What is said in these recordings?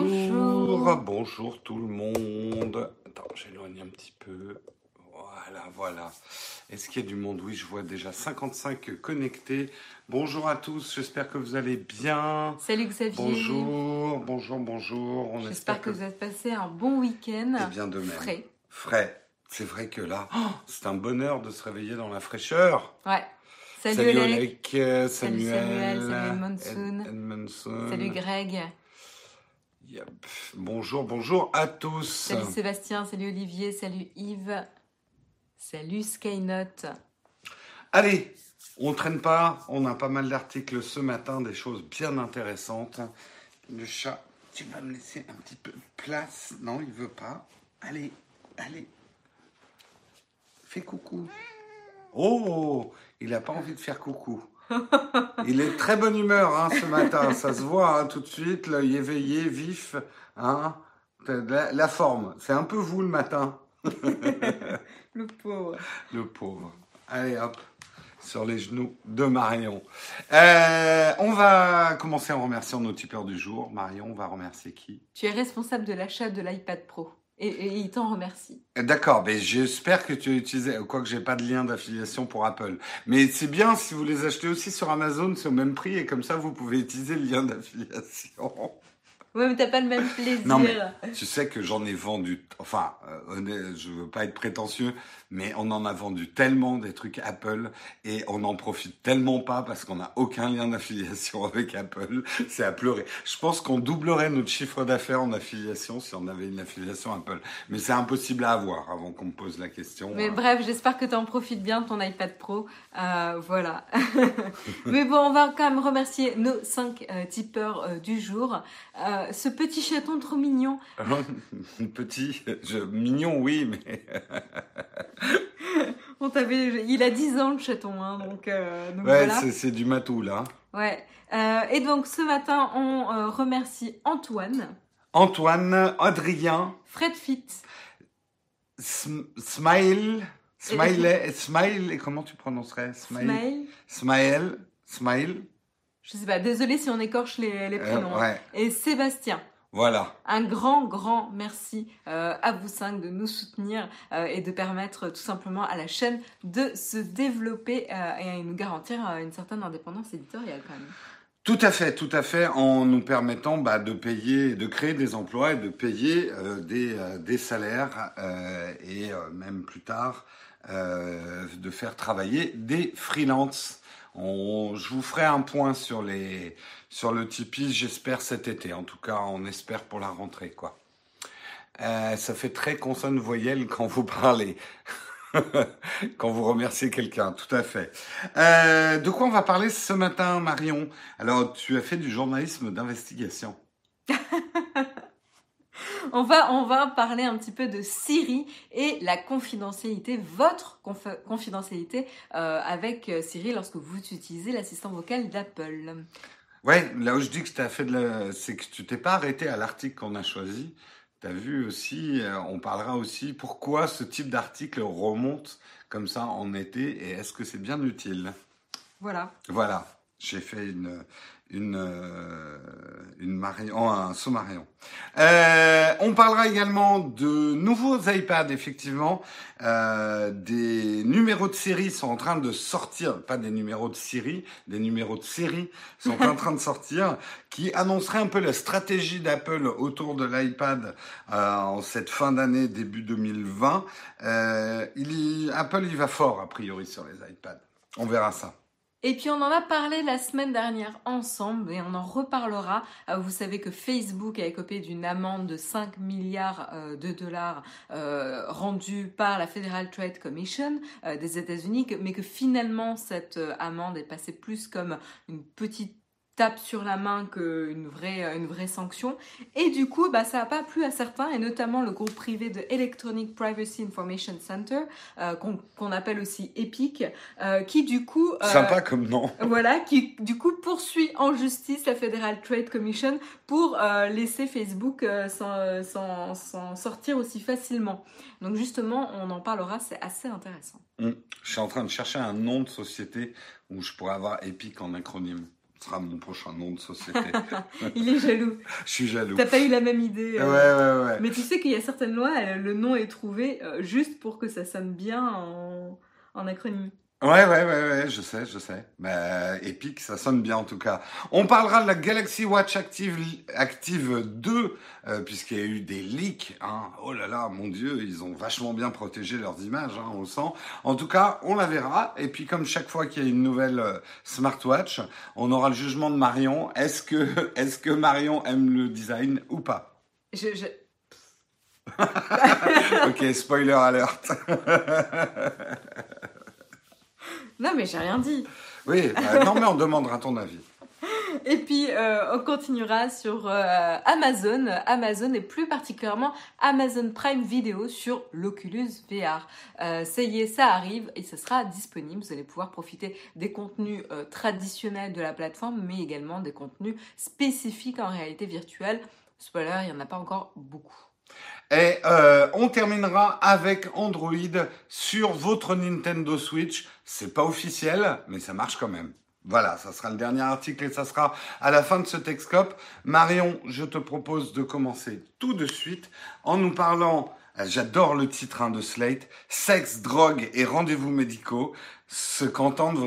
Bonjour tout le monde. Attends, j'éloigne un petit peu. Voilà. Est-ce qu'il y a du monde? Oui, je vois déjà 55 connectés. Bonjour à tous, j'espère que vous allez bien. Salut Xavier. Bonjour. J'espère que vous avez passé un bon week-end. Et bien de même. Frais. C'est vrai que là, c'est un bonheur de se réveiller dans la fraîcheur. Ouais. Salut Olek, Salut Samuel, salut Edmondson. Salut Greg. Yep. Bonjour à tous. Salut Sébastien, salut Olivier, salut Yves. Salut Skynote. Allez, on ne traîne pas, on a pas mal d'articles ce matin, des choses bien intéressantes. Le chat, tu vas me laisser un petit peu de place? Non, il veut pas. Allez. Fais coucou. Oh, il n'a pas envie de faire coucou. Il est de très bonne humeur ce matin, ça se voit tout de suite, l'œil éveillé, vif. La forme, c'est un peu vous le matin. Le pauvre. Allez hop, sur les genoux de Marion. On va commencer en remerciant nos tipeurs du jour. Marion, on va remercier qui? Tu es responsable de l'achat de l'iPad Pro. Et il t'en remercie. D'accord, mais j'espère que tu as utilisé, quoique j'ai pas de lien d'affiliation pour Apple. Mais c'est bien si vous les achetez aussi sur Amazon, c'est au même prix et comme ça vous pouvez utiliser le lien d'affiliation. Ouais, mais t'as pas le même plaisir. Non, mais tu sais que j'en ai vendu, enfin, je veux pas être prétentieux, mais on en a vendu tellement des trucs Apple et on n'en profite tellement pas parce qu'on n'a aucun lien d'affiliation avec Apple. C'est à pleurer. Je pense qu'on doublerait notre chiffre d'affaires en affiliation si on avait une affiliation Apple. Mais c'est impossible à avoir avant qu'on me pose la question. Mais bref, j'espère que tu en profites bien de ton iPad Pro. Voilà. Mais bon, on va quand même remercier nos 5 tipeurs du jour. Ce petit chaton trop mignon. Mignon, oui, mais... Il a 10 ans le chaton, donc ouais, voilà. C'est du matou, là. Ouais. Et donc, ce matin, on remercie Antoine, Adrien, Fredfit, Smile, comment tu prononcerais? Smile. Je sais pas, désolé si on écorche les prénoms. Ouais. Et Sébastien. Voilà. Un grand merci à vous 5 de nous soutenir et de permettre tout simplement à la chaîne de se développer et à nous garantir une certaine indépendance éditoriale quand même. Tout à fait, en nous permettant de payer, de créer des emplois et de payer des salaires et même plus tard de faire travailler des freelances. Je vous ferai un point sur le Tipeee, j'espère cet été. En tout cas, on espère pour la rentrée, quoi. Ça fait très consonne voyelle quand vous parlez. Quand vous remerciez quelqu'un, tout à fait. De quoi on va parler ce matin, Marion? Alors, tu as fait du journalisme d'investigation. On va parler un petit peu de Siri et la confidentialité, votre confidentialité avec Siri lorsque vous utilisez l'assistant vocal d'Apple. Ouais, là où je dis que c'est que tu t'es pas arrêté à l'article qu'on a choisi. Tu as vu aussi, on parlera aussi pourquoi ce type d'article remonte comme ça en été et est-ce que c'est bien utile? Voilà. J'ai fait un sommarion. On parlera également de nouveaux iPads, effectivement. Des numéros de série sont en train de sortir, pas des numéros de Siri, des numéros de série sont en train de sortir, qui annonceraient un peu la stratégie d'Apple autour de l'iPad en cette fin d'année, début 2020. Apple, il va fort, a priori, sur les iPads. On verra ça. Et puis on en a parlé la semaine dernière ensemble et on en reparlera. Vous savez que Facebook a écopé d'une amende de 5 milliards de dollars rendue par la Federal Trade Commission des États-Unis, mais que finalement cette amende est passée plus comme une petite tape sur la main qu'une vraie sanction. Et du coup, ça n'a pas plu à certains, et notamment le groupe privé de Electronic Privacy Information Center, qu'on appelle aussi EPIC, qui du coup... Sympa comme nom. Voilà, qui du coup poursuit en justice la Federal Trade Commission pour laisser Facebook s'en sortir aussi facilement. Donc justement, on en parlera, c'est assez intéressant. Je suis en train de chercher un nom de société où je pourrais avoir EPIC en acronyme. Ce sera mon prochain nom de société. Il est jaloux. Je suis jaloux. T'as pas eu la même idée. Ouais. Mais tu sais qu'il y a certaines lois, le nom est trouvé juste pour que ça sonne bien en acronyme. Ouais, je sais. Bah, Epic, ça sonne bien en tout cas. On parlera de la Galaxy Watch Active 2, puisqu'il y a eu des leaks. Hein. Oh là là, mon Dieu, ils ont vachement bien protégé leurs images, hein, on le sent. En tout cas, on la verra. Et puis comme chaque fois qu'il y a une nouvelle smartwatch, on aura le jugement de Marion. Est-ce que Marion aime le design ou pas? Ok, spoiler alert. Non, mais j'ai rien dit. Oui, non, mais on demandera ton avis. Et puis, on continuera sur Amazon et plus particulièrement Amazon Prime Video sur l'Oculus VR. Ça y est, ça arrive et ça sera disponible. Vous allez pouvoir profiter des contenus traditionnels de la plateforme, mais également des contenus spécifiques en réalité virtuelle. Spoiler, il n'y en a pas encore beaucoup. Et on terminera avec Android sur votre Nintendo Switch. C'est pas officiel, mais ça marche quand même. Voilà, ça sera le dernier article et ça sera à la fin de ce Techscope. Marion, je te propose de commencer tout de suite en nous parlant, j'adore le titre de Slate, Sexe, drogue et rendez-vous médicaux, ce qu'entendent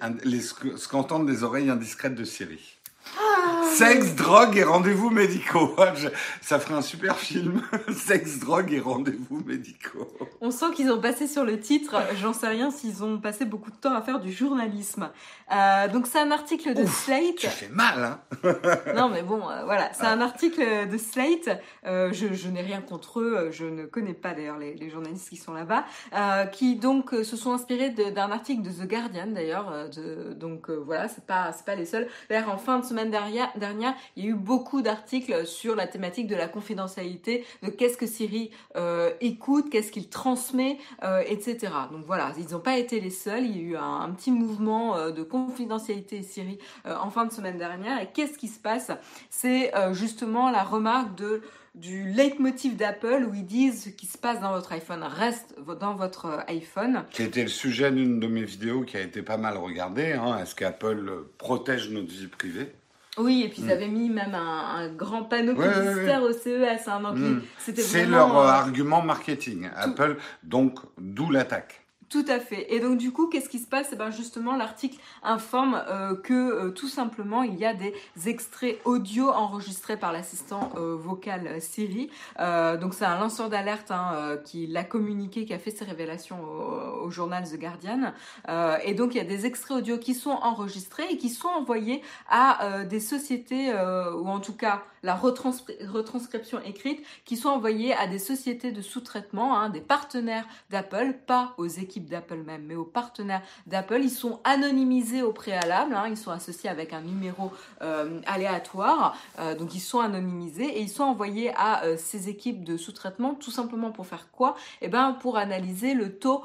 des oreilles indiscrètes de Siri. Sexe, drogue et rendez-vous médicaux. Ça ferait un super film. Sexe, drogue et rendez-vous médicaux. On sent qu'ils ont passé sur le titre. J'en sais rien s'ils ont passé beaucoup de temps à faire du journalisme. Donc c'est un article de Slate. Tu fais mal, hein. Non mais bon, voilà. C'est un article de Slate. Je n'ai rien contre eux. Je ne connais pas d'ailleurs les journalistes qui sont là-bas. Qui donc se sont inspirés d'un article de The Guardian d'ailleurs. Donc voilà, c'est pas les seuls. D'ailleurs en fin de semaine dernière, il y a eu beaucoup d'articles sur la thématique de la confidentialité, de qu'est-ce que Siri écoute, qu'est-ce qu'il transmet, etc. Donc voilà, ils n'ont pas été les seuls. Il y a eu un petit mouvement de confidentialité Siri en fin de semaine dernière. Et qu'est-ce qui se passe? C'est justement la remarque du leitmotiv d'Apple où ils disent ce qui se passe dans votre iPhone reste dans votre iPhone. Qui a été le sujet d'une de mes vidéos qui a été pas mal regardée. Hein. Est-ce qu'Apple protège notre vie privée? Oui, et puis ils avaient mis même un grand panneau publicitaire au CES. Hein, donc c'était c'est vraiment, leur argument marketing. Apple, donc d'où l'attaque. Tout à fait. Et donc du coup, qu'est-ce qui se passe? Ben justement, l'article informe que tout simplement, il y a des extraits audio enregistrés par l'assistant vocal Siri. Donc c'est un lanceur d'alerte qui l'a communiqué, qui a fait ses révélations au journal The Guardian. Et donc il y a des extraits audio qui sont enregistrés et qui sont envoyés à des sociétés, ou en tout cas la retranscription écrite, qui sont envoyées à des sociétés de sous-traitement, des partenaires d'Apple, pas aux équipes d'Apple même, mais aux partenaires d'Apple. Ils sont anonymisés au préalable, ils sont associés avec un numéro aléatoire, donc ils sont anonymisés et ils sont envoyés à ces équipes de sous-traitement tout simplement pour faire quoi? Eh ben pour analyser le taux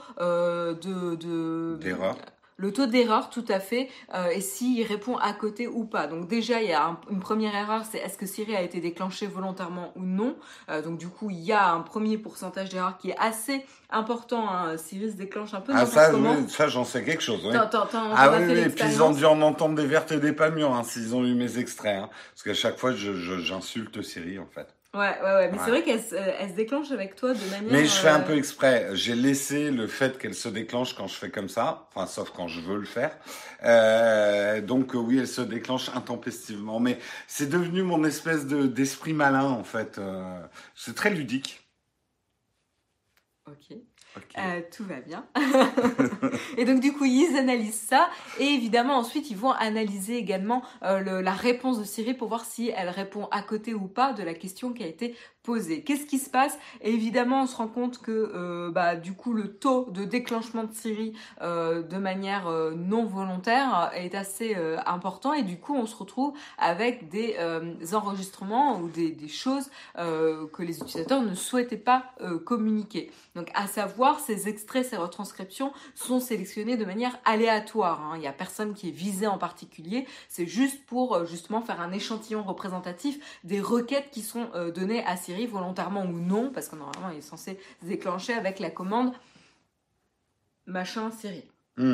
d'erreur. Le taux d'erreur, tout à fait, et s'il répond à côté ou pas. Donc déjà, il y a une première erreur, c'est est-ce que Siri a été déclenché volontairement ou non. Donc du coup, il y a un premier pourcentage d'erreur qui est assez important. Siri se déclenche un peu n'importe comment. Ça, j'en sais quelque chose. Oui. Et puis ils ont dû en entendre des vertes et des pas mûres s'ils ont eu mes extraits. Parce qu'à chaque fois, j'insulte Siri, en fait. Ouais. Mais c'est vrai qu'elle se déclenche avec toi de manière... Mais je fais un peu exprès. J'ai laissé le fait qu'elle se déclenche quand je fais comme ça. Enfin, sauf quand je veux le faire. Donc, oui, elle se déclenche intempestivement. Mais c'est devenu mon espèce d'esprit malin, en fait. C'est très ludique. Ok. Tout va bien. Et donc du coup ils analysent ça et évidemment ensuite ils vont analyser également la réponse de Siri pour voir si elle répond à côté ou pas de la question qui a été posée. Qu'est-ce qui se passe? Et évidemment on se rend compte que du coup le taux de déclenchement de Siri de manière non volontaire est assez important et du coup on se retrouve avec des enregistrements ou des choses que les utilisateurs ne souhaitaient pas communiquer. Donc à savoir, ces extraits, ces retranscriptions sont sélectionnés de manière aléatoire. Il n'y a personne qui est visé en particulier. C'est juste pour justement faire un échantillon représentatif des requêtes qui sont données à Siri volontairement ou non, parce que normalement il est censé se déclencher avec la commande machin Siri.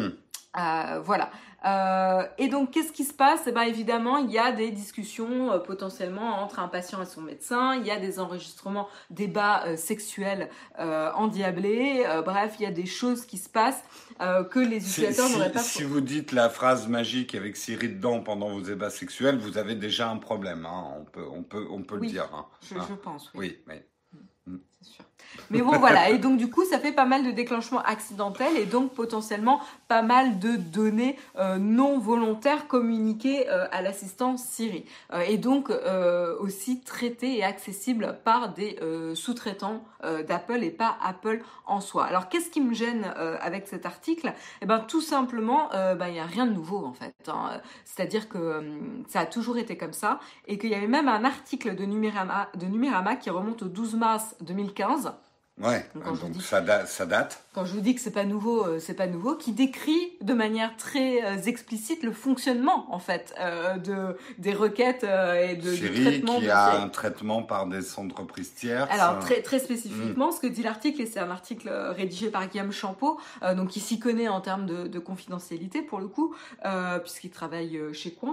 Voilà. Et donc, qu'est-ce qui se passe? Eh ben, évidemment, il y a des discussions potentiellement entre un patient et son médecin. Il y a des enregistrements, débats sexuels endiablés. Bref, il y a des choses qui se passent que les utilisateurs n'auraient pas. Si vous dites la phrase magique avec Siri dedans pendant vos débats sexuels, vous avez déjà un problème. Hein. On peut le Oui, dire. Hein. je pense. Oui. Oui. C'est sûr. Mais bon, voilà. Et donc, du coup, ça fait pas mal de déclenchements accidentels et donc potentiellement pas mal de données non volontaires communiquées à l'assistant Siri. Et donc, aussi traitées et accessibles par des sous-traitants d'Apple et pas Apple en soi. Alors, qu'est-ce qui me gêne avec cet article? Eh ben, tout simplement, il n'y a rien de nouveau, en fait. Hein. C'est-à-dire que ça a toujours été comme ça et qu'il y avait même un article de Numérama qui remonte au 12 mars 2015. Ouais, donc ça date. Quand je vous dis que c'est pas nouveau, qui décrit de manière très explicite le fonctionnement en fait des requêtes et du traitement. Siri qui a un traitement par des entreprises tierces. Alors très spécifiquement, ce que dit l'article, et c'est un article rédigé par Guillaume Champeau, donc qui s'y connaît en termes de confidentialité pour le coup, puisqu'il travaille chez Quant.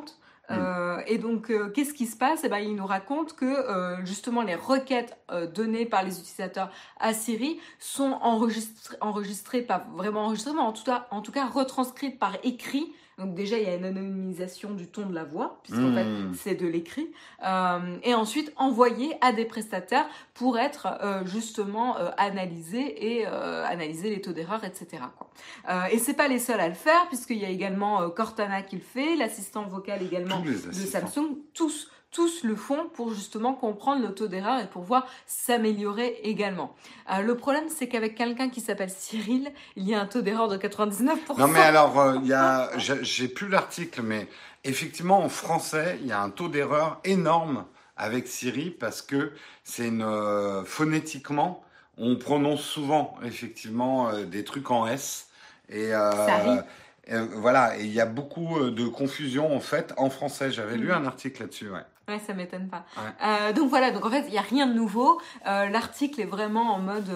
Et donc, qu'est-ce qui se passe? Eh ben, il nous raconte que justement les requêtes données par les utilisateurs à Siri sont enregistrées, pas vraiment enregistrées, mais en tout cas retranscrites par écrit. Donc déjà, il y a une anonymisation du ton de la voix, puisqu'en fait, c'est de l'écrit. Et ensuite, envoyé à des prestataires pour être justement analysés et analyser les taux d'erreur, etc. Et c'est pas les seuls à le faire, puisqu'il y a également Cortana qui le fait, l'assistant vocal également de Samsung. Tous le font pour justement comprendre le taux d'erreur et pour pouvoir s'améliorer également. Le problème, c'est qu'avec quelqu'un qui s'appelle Cyril, il y a un taux d'erreur de 99%. Non mais alors, j'ai plus l'article, mais effectivement en français, il y a un taux d'erreur énorme avec Siri parce que c'est phonétiquement, on prononce souvent effectivement des trucs en S et voilà, et il y a beaucoup de confusion en fait en français. J'avais lu un article là-dessus, ouais. Ouais, ça m'étonne pas. Ouais. Donc voilà, donc en fait, il n'y a rien de nouveau. L'article est vraiment en mode,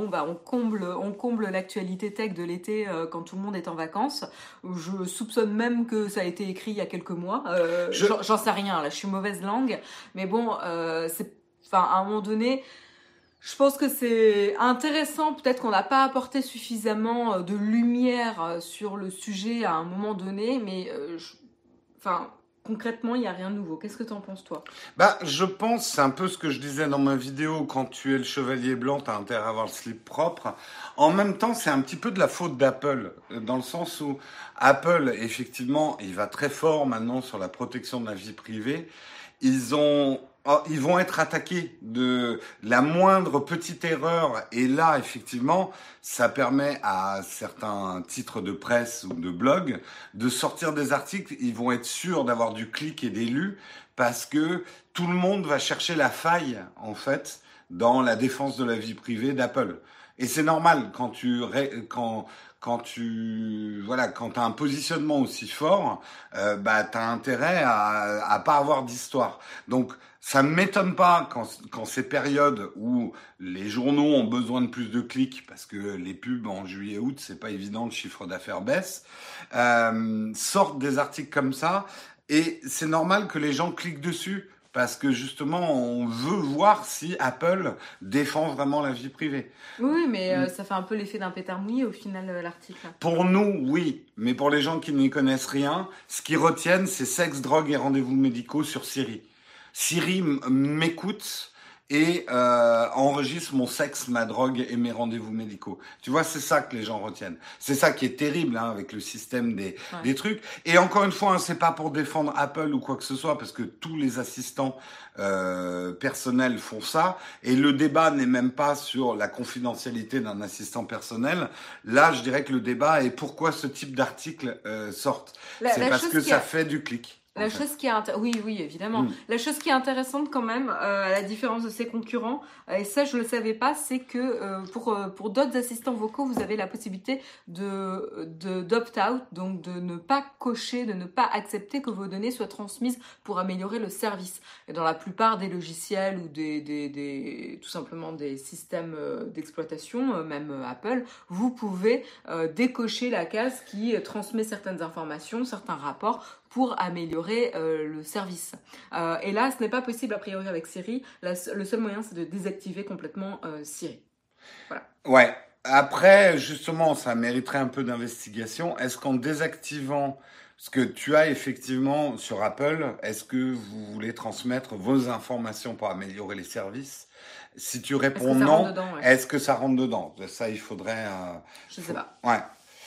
on comble l'actualité tech de l'été quand tout le monde est en vacances. Je soupçonne même que ça a été écrit il y a quelques mois. J'en sais rien, là, je suis mauvaise langue. Mais bon, à un moment donné, je pense que c'est intéressant. Peut-être qu'on n'a pas apporté suffisamment de lumière sur le sujet à un moment donné, mais concrètement, il n'y a rien de nouveau. Qu'est-ce que tu en penses, toi? Je pense, c'est un peu ce que je disais dans ma vidéo, quand tu es le chevalier blanc, tu as intérêt à avoir le slip propre. En même temps, c'est un petit peu de la faute d'Apple, dans le sens où Apple, effectivement, il va très fort maintenant sur la protection de la vie privée. Ils vont être attaqués de la moindre petite erreur. Et là, effectivement, ça permet à certains titres de presse ou de blog de sortir des articles. Ils vont être sûrs d'avoir du clic et des lus parce que tout le monde va chercher la faille, en fait, dans la défense de la vie privée d'Apple. Et c'est normal quand t'as un positionnement aussi fort, t'as intérêt à pas avoir d'histoire. Donc, ça ne m'étonne pas quand ces périodes où les journaux ont besoin de plus de clics, parce que les pubs en juillet-août, c'est pas évident, le chiffre d'affaires baisse, sortent des articles comme ça, et c'est normal que les gens cliquent dessus. Parce que justement, on veut voir si Apple défend vraiment la vie privée. Oui, mais ça fait un peu l'effet d'un pétard mouillé au final, l'article. Pour nous, oui. Mais pour les gens qui n'y connaissent rien, ce qu'ils retiennent, c'est sexe, drogue et rendez-vous médicaux sur Siri. Siri m'écoute et enregistre mon sexe, ma drogue et mes rendez-vous médicaux. Tu vois, c'est ça que les gens retiennent. C'est ça qui est terrible avec le système des trucs. Et encore une fois, c'est pas pour défendre Apple ou quoi que ce soit, parce que tous les assistants personnels font ça. Et le débat n'est même pas sur la confidentialité d'un assistant personnel. Là, je dirais que le débat est pourquoi ce type d'articles sortent. C'est parce que ça fait du clic. La chose qui est oui, évidemment. La chose qui est intéressante quand même, à la différence de ses concurrents, et ça je le savais pas, c'est que pour d'autres assistants vocaux, vous avez la possibilité d'opt-out, donc de ne pas cocher, de ne pas accepter que vos données soient transmises pour améliorer le service. Et dans la plupart des logiciels ou tout simplement des systèmes d'exploitation, même Apple, vous pouvez décocher la case qui transmet certaines informations, certains rapports pour améliorer le service. Et là, ce n'est pas possible a priori avec Siri. Le seul moyen, c'est de désactiver complètement Siri. Voilà. Ouais. Après, justement, ça mériterait un peu d'investigation. Est-ce qu'en désactivant ce que tu as effectivement sur Apple, est-ce que vous voulez transmettre vos informations pour améliorer les services? Si tu réponds non, est-ce que ça rentre dedans? Ça, il faudrait... Je sais pas. Ouais.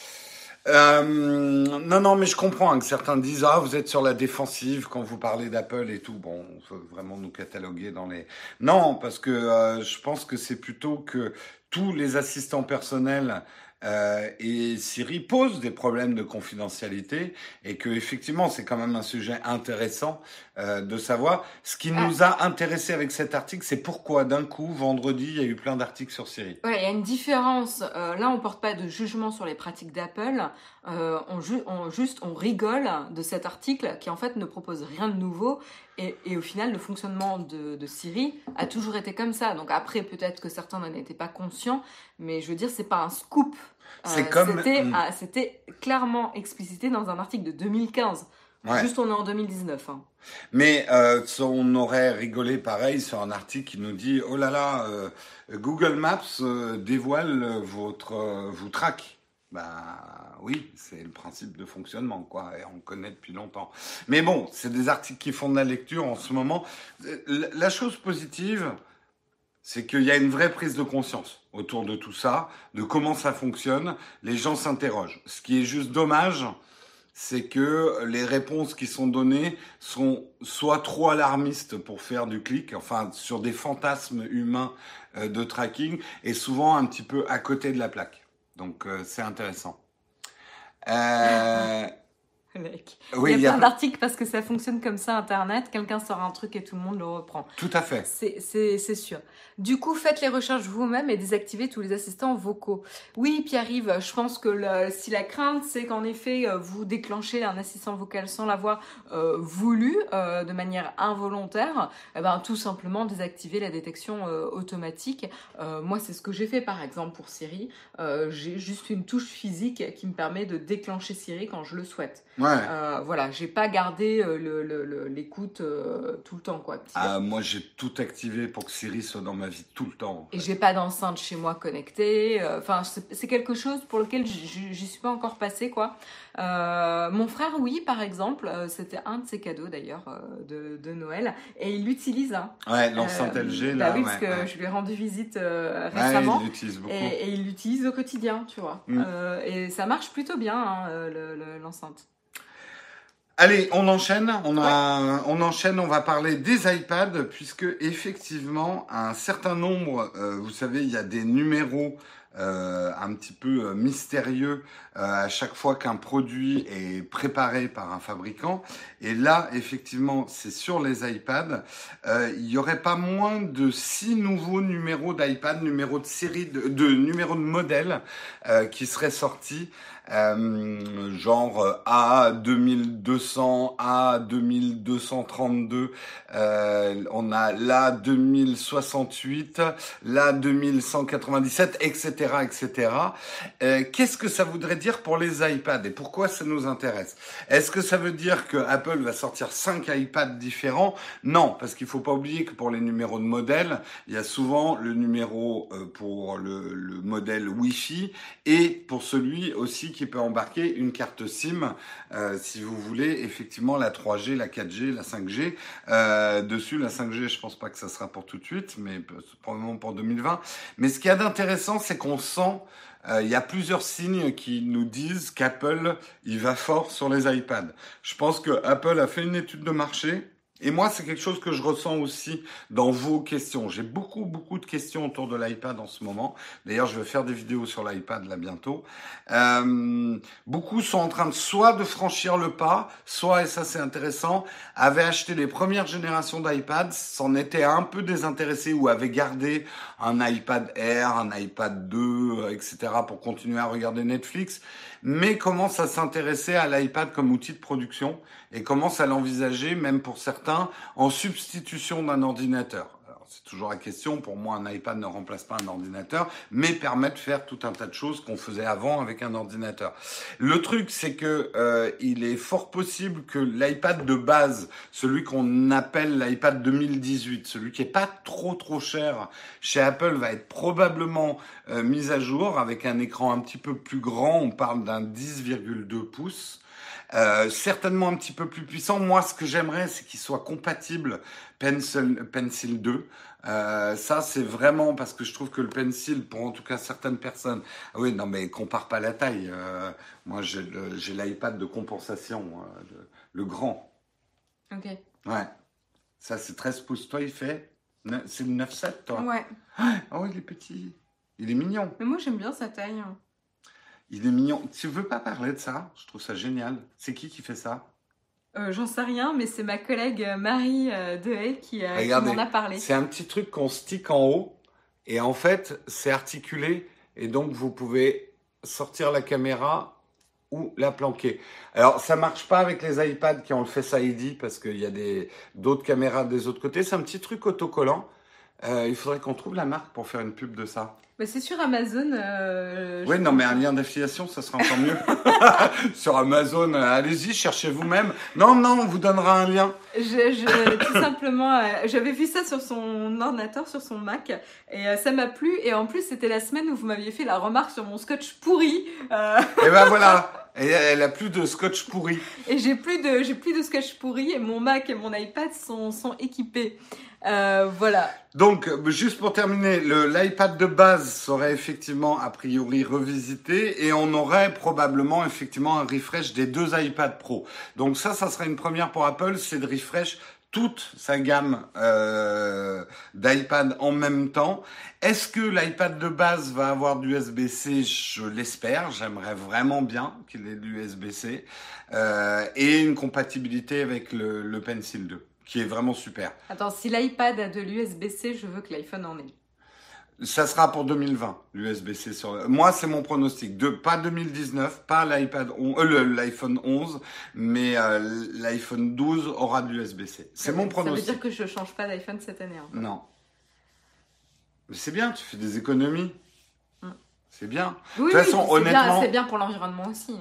Non, mais je comprends que certains disent vous êtes sur la défensive quand vous parlez d'Apple et tout. Bon, on peut vraiment nous cataloguer dans les... Non, parce que je pense que c'est plutôt que tous les assistants personnels et Siri posent des problèmes de confidentialité et que effectivement c'est quand même un sujet intéressant de savoir. Ce qui nous a intéressé avec cet article, c'est pourquoi d'un coup vendredi il y a eu plein d'articles sur Siri. Ouais, il y a une différence. Là, on porte pas de jugement sur les pratiques d'Apple. On rigole de cet article qui en fait ne propose rien de nouveau. Et au final, le fonctionnement de Siri a toujours été comme ça. Donc après, peut-être que certains n'en étaient pas conscients, mais je veux dire, c'est pas un scoop. C'était clairement explicité dans un article de 2015. Ouais. Juste, on est en 2019. Hein. Mais on aurait rigolé pareil sur un article qui nous dit oh là là, Google Maps dévoile vous traque. Bah oui, c'est le principe de fonctionnement, quoi, et on connaît depuis longtemps. Mais bon, c'est des articles qui font de la lecture en ce moment. La chose positive, c'est qu'il y a une vraie prise de conscience autour de tout ça, de comment ça fonctionne. Les gens s'interrogent. Ce qui est juste dommage, c'est que les réponses qui sont données sont soit trop alarmistes pour faire du clic, enfin sur des fantasmes humains de tracking, et souvent un petit peu à côté de la plaque. Donc, c'est intéressant. Mec. Oui, il y a plein d'articles parce que ça fonctionne comme ça, Internet. Quelqu'un sort un truc et tout le monde le reprend. Tout à fait. C'est sûr. Du coup, faites les recherches vous-même et désactivez tous les assistants vocaux. Oui, Pierre-Yves, je pense que si la crainte, c'est qu'en effet, vous déclenchez un assistant vocal sans l'avoir voulu, de manière involontaire, eh ben, tout simplement désactiver la détection automatique. Moi, c'est ce que j'ai fait, par exemple, pour Siri. J'ai juste une touche physique qui me permet de déclencher Siri quand je le souhaite. Ouais. Voilà, j'ai pas gardé l'écoute tout le temps, quoi. Moi, j'ai tout activé pour que Siri soit dans ma vie tout le temps. En fait. Et j'ai pas d'enceinte chez moi connectée. Enfin, c'est quelque chose pour lequel j'y suis pas encore passée, quoi. Mon frère, oui, par exemple, c'était un de ses cadeaux d'ailleurs de Noël, et il l'utilise. Hein. Ouais, l'enceinte LG là. Bah oui, parce que je lui ai rendu visite récemment. Ouais, il l'utilise beaucoup. Et il l'utilise au quotidien, tu vois. Et ça marche plutôt bien, hein, l'enceinte. Allez, on enchaîne. On enchaîne. On va parler des iPads puisque effectivement, un certain nombre, vous savez, il y a des numéros un petit peu mystérieux à chaque fois qu'un produit est préparé par un fabricant. Et là, effectivement, c'est sur les iPads. Il y aurait pas moins de 6 nouveaux numéros d'iPad, numéros de série, de numéros de modèles qui seraient sortis. Genre A2200, A2232, on a l'A2068, l'A2197, etc., etc. Qu'est-ce que ça voudrait dire pour les iPads et pourquoi ça nous intéresse? Est-ce que ça veut dire que Apple va sortir 5 iPads différents? Non, parce qu'il faut pas oublier que pour les numéros de modèle, il y a souvent le numéro pour le modèle Wi-Fi et pour celui aussi qui peut embarquer une carte SIM si vous voulez effectivement la 3G, la 4G, la 5G dessus. La 5G, je pense pas que ça sera pour tout de suite, mais probablement pour 2020. Mais ce qu'il y a d'intéressant, c'est qu'on sent il y a plusieurs signes qui nous disent qu'Apple il va fort sur les iPads. Je pense que Apple a fait une étude de marché Et moi, c'est quelque chose que je ressens aussi dans vos questions. J'ai beaucoup de questions autour de l'iPad en ce moment. D'ailleurs, je vais faire des vidéos sur l'iPad là bientôt. Beaucoup sont en train de soit de franchir le pas, soit, et ça c'est intéressant, avaient acheté les premières générations d'iPad, s'en étaient un peu désintéressés ou avaient gardé un iPad Air, un iPad 2, etc. pour continuer à regarder Netflix, mais commencent à s'intéresser à l'iPad comme outil de production et commencent à l'envisager, même pour certains, en substitution d'un ordinateur. Alors, c'est toujours la question, pour moi un iPad ne remplace pas un ordinateur, mais permet de faire tout un tas de choses qu'on faisait avant avec un ordinateur. Le truc, c'est que il est fort possible que l'iPad de base, celui qu'on appelle l'iPad 2018, celui qui est pas trop cher chez Apple, va être probablement mis à jour avec un écran un petit peu plus grand, on parle d'un 10,2 pouces. Certainement un petit peu plus puissant. Moi, ce que j'aimerais, c'est qu'il soit compatible Pencil 2. Ça, c'est vraiment parce que je trouve que le Pencil, pour en tout cas certaines personnes, ah oui, non mais compare pas la taille. Moi, j'ai l'iPad de compensation, le grand. Ok. Ouais. Ça, c'est 13 pouces. Toi, il fait, c'est le 9,7, toi. Ouais. Oh, il est petit. Il est mignon. Mais moi, j'aime bien sa taille. Il est mignon. Tu veux pas parler de ça? Je trouve ça génial. C'est qui fait ça? J'en sais rien, mais c'est ma collègue Marie Dehaye qui Regardez, m'en a parlé. c'est un petit truc qu'on stick en haut et en fait, c'est articulé et donc vous pouvez sortir la caméra ou la planquer. Alors, ça marche pas avec les iPads qui ont le Face ID parce qu'il y a d'autres caméras des autres côtés. C'est un petit truc autocollant. Il faudrait qu'on trouve la marque pour faire une pub de ça. Bah, c'est sur Amazon. Oui, non, mais un lien d'affiliation, ça sera encore mieux. Sur Amazon, allez-y, cherchez vous-même. Non, on vous donnera un lien. Tout simplement, j'avais vu ça sur son ordinateur, sur son Mac, et ça m'a plu. Et en plus, c'était la semaine où vous m'aviez fait la remarque sur mon scotch pourri. Et ben voilà, et elle a plus de scotch pourri. Et j'ai plus de scotch pourri, et mon Mac et mon iPad sont équipés. Voilà. Donc, juste pour terminer, l'iPad de base serait effectivement a priori revisité et on aurait probablement effectivement un refresh des deux iPad Pro. Donc ça serait une première pour Apple, c'est de refresh toute sa gamme d'iPad en même temps. Est-ce que l'iPad de base va avoir du USB-C? Je l'espère, j'aimerais vraiment bien qu'il ait de l'USB-C et une compatibilité avec le Pencil 2. Qui est vraiment super. Attends, si l'iPad a de l'USB-C, je veux que l'iPhone en ait. Ça sera pour 2020, l'USB-C sur. Moi, c'est mon pronostic. Pas 2019, pas l'iPhone 11, mais l'iPhone 12 aura de l'USB-C. C'est mon pronostic. Ça veut dire que je change pas d'iPhone cette année. Hein. Non. Mais c'est bien, tu fais des économies. C'est bien. Oui, de toute façon, honnêtement, c'est bien pour l'environnement aussi.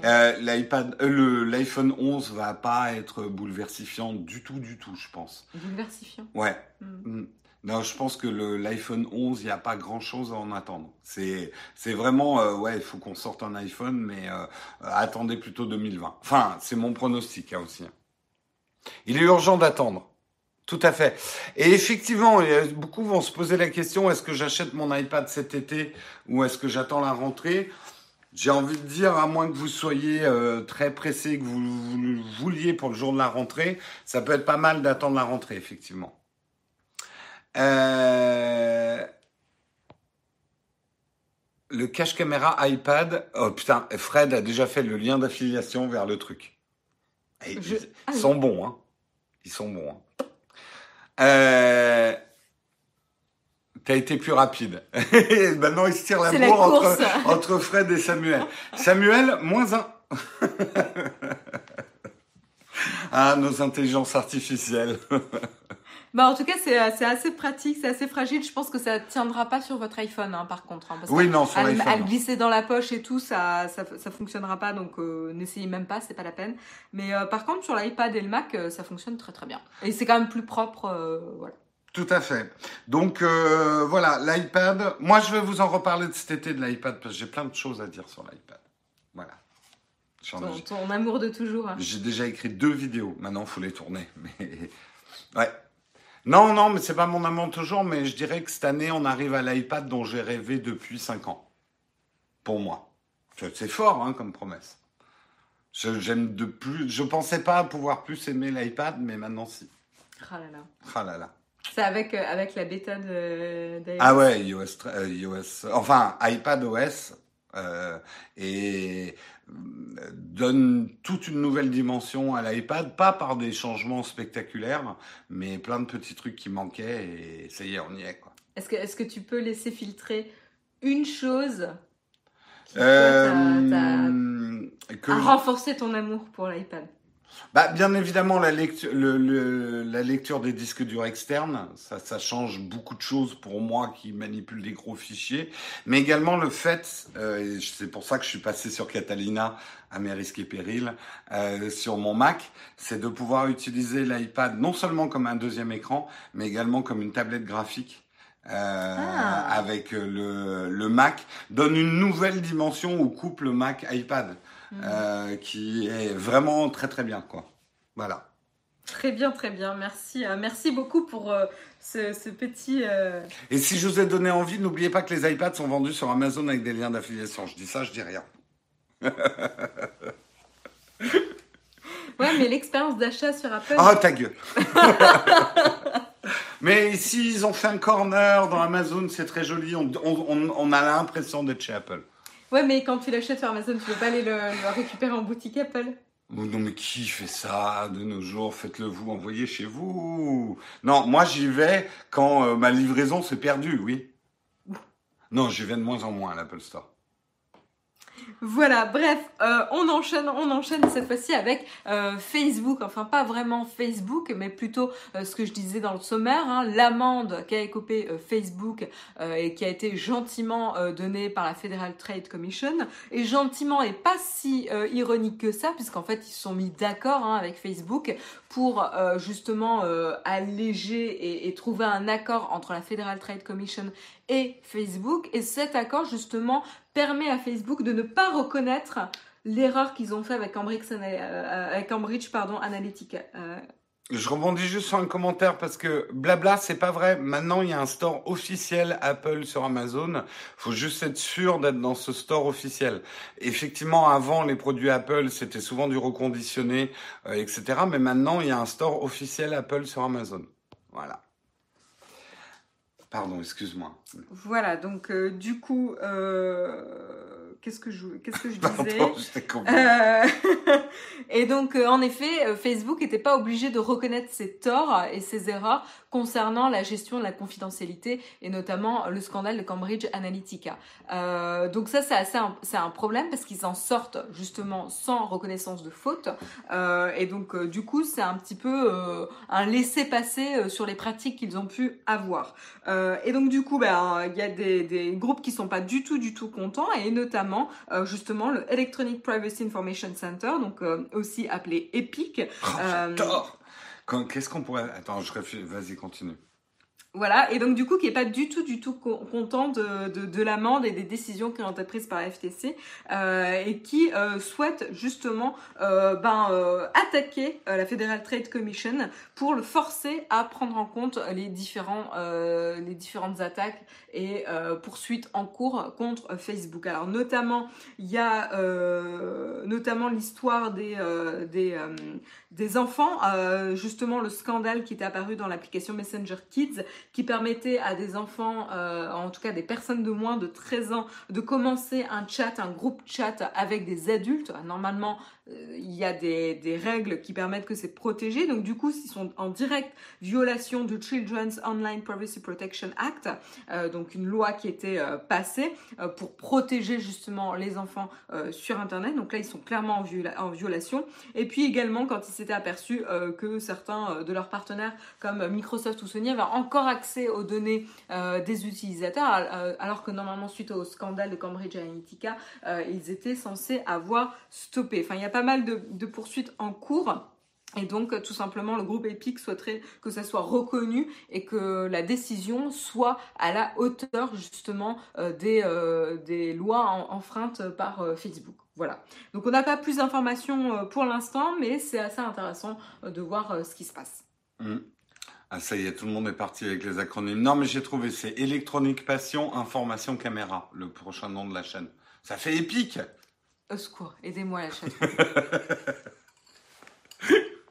L'iPhone 11 va pas être bouleversifiant du tout, je pense. Bouleversifiant. Ouais. Non, je pense que l'iPhone 11, il n'y a pas grand-chose à en attendre. C'est vraiment, il faut qu'on sorte un iPhone, mais attendez plutôt 2020. Enfin, c'est mon pronostic hein, aussi. Il est urgent d'attendre. Tout à fait. Et effectivement, beaucoup vont se poser la question, est-ce que j'achète mon iPad cet été ou est-ce que j'attends la rentrée? J'ai envie de dire, à moins que vous soyez très pressé, que vous le vouliez pour le jour de la rentrée, ça peut être pas mal d'attendre la rentrée, effectivement. Le cache caméra iPad, oh putain, Fred a déjà fait le lien d'affiliation vers le truc. Ils sont bons, hein. Ils sont bons, hein. T'as été plus rapide. Maintenant, il se tire la bourre entre Fred et Samuel. Samuel, -1. Ah, nos intelligences artificielles. Bah en tout cas, c'est assez pratique, c'est assez fragile. Je pense que ça tiendra pas sur votre iPhone, hein, par contre. Hein, parce oui, non, sur l'iPhone. À le glisser dans la poche et tout, ça fonctionnera pas. Donc n'essayez même pas, c'est pas la peine. Mais par contre, sur l'iPad et le Mac, ça fonctionne très très bien. Et c'est quand même plus propre, voilà. Tout à fait. Donc voilà, l'iPad. Moi, je vais vous en reparler de cet été de l'iPad parce que j'ai plein de choses à dire sur l'iPad. Voilà. Ton amour de toujours. Hein. J'ai déjà écrit 2 vidéos. Maintenant, il faut les tourner. Mais ouais. Non, mais c'est pas mon amour toujours, mais je dirais que cette année, on arrive à l'iPad dont j'ai rêvé depuis 5 ans. Pour moi. C'est fort, hein, comme promesse. Je pensais pas pouvoir plus aimer l'iPad, mais maintenant, si. Ah là là. Ah là là. C'est avec la bêta d'iOS. Ah ouais, enfin iPadOS et donne toute une nouvelle dimension à l'iPad, pas par des changements spectaculaires, mais plein de petits trucs qui manquaient et ça y est, on y est quoi. Est-ce que tu peux laisser filtrer une chose qui, toi, Que a renforcé ton amour pour l'iPad? Bah, bien évidemment, la lecture des disques durs externes, ça change beaucoup de choses pour moi qui manipule des gros fichiers, mais également le fait, et c'est pour ça que je suis passé sur Catalina à mes risques et périls, sur mon Mac, c'est de pouvoir utiliser l'iPad non seulement comme un deuxième écran, mais également comme une tablette graphique. Avec le Mac, donne une nouvelle dimension au couple Mac-iPad. Qui est vraiment très très bien quoi. Voilà. Très bien, très bien. Merci, merci beaucoup pour ce petit. Et si je vous ai donné envie, n'oubliez pas que les iPads sont vendus sur Amazon avec des liens d'affiliation. Je dis ça, je dis rien. Ouais, mais l'expérience d'achat sur Apple. Oh ta gueule. Mais s'ils ont fait un corner dans Amazon, c'est très joli. On a l'impression d'être chez Apple. Ouais, mais quand tu l'achètes sur Amazon, tu peux pas aller le récupérer en boutique Apple. Non, mais qui fait ça de nos jours? Faites-le vous, envoyez chez vous. Non, moi j'y vais quand ma livraison s'est perdue, oui. Non, j'y vais de moins en moins à l'Apple Store. Voilà, bref, on enchaîne cette fois-ci avec Facebook, enfin pas vraiment Facebook, mais plutôt ce que je disais dans le sommaire, hein, l'amende qu'a écopé Facebook et qui a été gentiment donnée par la Federal Trade Commission, et gentiment et pas si ironique que ça, puisqu'en fait ils se sont mis d'accord avec Facebook pour justement alléger et trouver un accord entre la Federal Trade Commission et Facebook, et cet accord justement permet à Facebook de ne pas reconnaître l'erreur qu'ils ont fait avec Cambridge Analytica. Je rebondis juste sur un commentaire parce que blabla, c'est pas vrai. Maintenant, il y a un store officiel Apple sur Amazon. Faut juste être sûr d'être dans ce store officiel. Effectivement, avant, les produits Apple, c'était souvent du reconditionné, etc. Mais maintenant, il y a un store officiel Apple sur Amazon. Voilà. Pardon, excuse-moi. Voilà, donc du coup, qu'est-ce que je disais? Pardon, et donc, en effet, Facebook n'était pas obligé de reconnaître ses torts et ses erreurs concernant la gestion de la confidentialité et notamment le scandale de Cambridge Analytica. Donc ça, c'est un problème parce qu'ils en sortent justement sans reconnaissance de faute. Et donc, du coup, c'est un petit peu un laisser-passer sur les pratiques qu'ils ont pu avoir. Et donc du coup, il y a des groupes qui sont pas du tout contents, et notamment justement le Electronic Privacy Information Center, donc aussi appelé EPIC. J'adore. Qu'est-ce qu'on pourrait... Attends, je réfléchis. Vas-y, continue. Voilà, et donc du coup qui est pas du tout content de l'amende et des décisions qui ont été prises par la FTC et qui souhaite justement attaquer la Federal Trade Commission pour le forcer à prendre en compte les différentes attaques et poursuites en cours contre Facebook. Alors notamment il y a notamment l'histoire des enfants, justement le scandale qui était apparu dans l'application Messenger Kids, qui permettait à des enfants, en tout cas des personnes de moins de 13 ans, de commencer un groupe chat avec des adultes. Normalement, il y a des règles qui permettent que c'est protégé. Donc du coup, s'ils sont en directe violation du Children's Online Privacy Protection Act, donc une loi qui était passée pour protéger justement les enfants sur Internet. Donc là, ils sont clairement en violation. Et puis également, quand ils s'étaient aperçus que certains de leurs partenaires, comme Microsoft ou Sony, avaient encore accès aux données des utilisateurs, alors que normalement, suite au scandale de Cambridge Analytica, ils étaient censés avoir stoppé. Enfin, il y a pas mal de poursuites en cours. Et donc, tout simplement, le groupe EPIC souhaiterait que ça soit reconnu et que la décision soit à la hauteur, justement, des lois enfreintes par Facebook. Voilà. Donc, on n'a pas plus d'informations pour l'instant, mais c'est assez intéressant de voir ce qui se passe. Ah, ça y est, tout le monde est parti avec les acronymes. Non, mais j'ai trouvé, c'est Électronique Passion Information Caméra, le prochain nom de la chaîne. Ça fait épique. Au secours, aidez-moi la chaîne.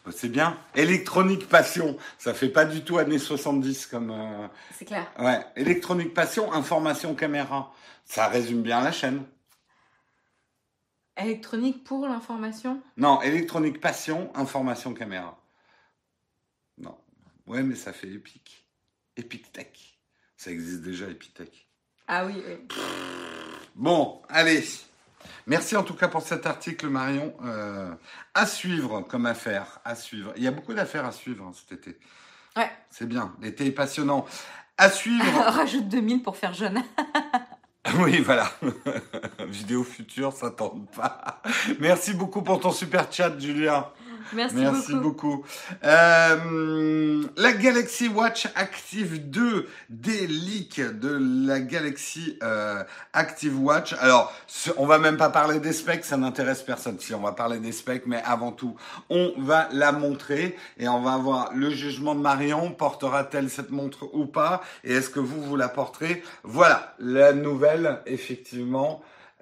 C'est bien. Électronique passion. Ça fait pas du tout années 70 comme... C'est clair. Ouais. Électronique passion, information caméra. Ça résume bien la chaîne. Électronique pour l'information? Non, électronique passion, information caméra. Non. Ouais, mais ça fait Epic. Epic Tech. Ça existe déjà, Epic Tech. Ah oui, oui. Bon, allez. Merci en tout cas pour cet article, Marion. À suivre comme affaire, à suivre. Il y a beaucoup d'affaires à suivre cet été. Ouais. C'est bien, l'été est passionnant. À suivre. Rajoute 2000 pour faire jeune. Oui, voilà. Vidéo future, ça tente pas. Merci beaucoup pour ton super chat, Julien. Merci beaucoup. La Galaxy Watch Active 2, des leaks de la Galaxy Active Watch. Alors, on va même pas parler des specs, ça n'intéresse personne. Si, on va parler des specs, mais avant tout, on va la montrer et on va avoir le jugement de Marion. Portera-t-elle cette montre ou pas? Et est-ce que vous la porterez? Voilà, la nouvelle, effectivement,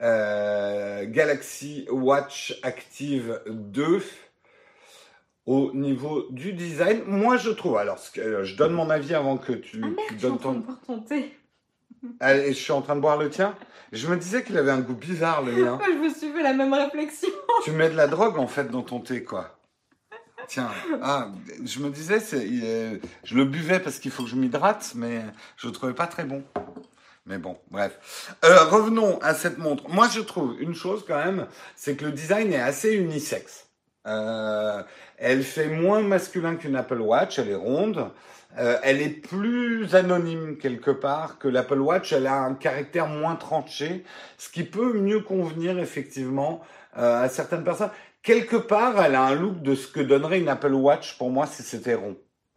Galaxy Watch Active 2. Au niveau du design, moi je trouve, alors je donne mon avis avant que tu donnes ton thé. Allez, je suis en train de boire le tien. Je me disais qu'il avait un goût bizarre, le mien. Moi, je me suis fait la même réflexion. Tu mets de la drogue en fait dans ton thé, quoi. Tiens, je me disais, je le buvais parce qu'il faut que je m'hydrate, mais je le trouvais pas très bon. Mais bon, bref. Revenons à cette montre. Moi, je trouve une chose quand même, c'est que le design est assez unisexe. Elle fait moins masculin qu'une Apple Watch, elle est ronde. Elle est plus anonyme quelque part que l'Apple Watch. Elle a un caractère moins tranché, ce qui peut mieux convenir effectivement à certaines personnes. Quelque part, elle a un look de ce que donnerait une Apple Watch pour moi si c'était rond.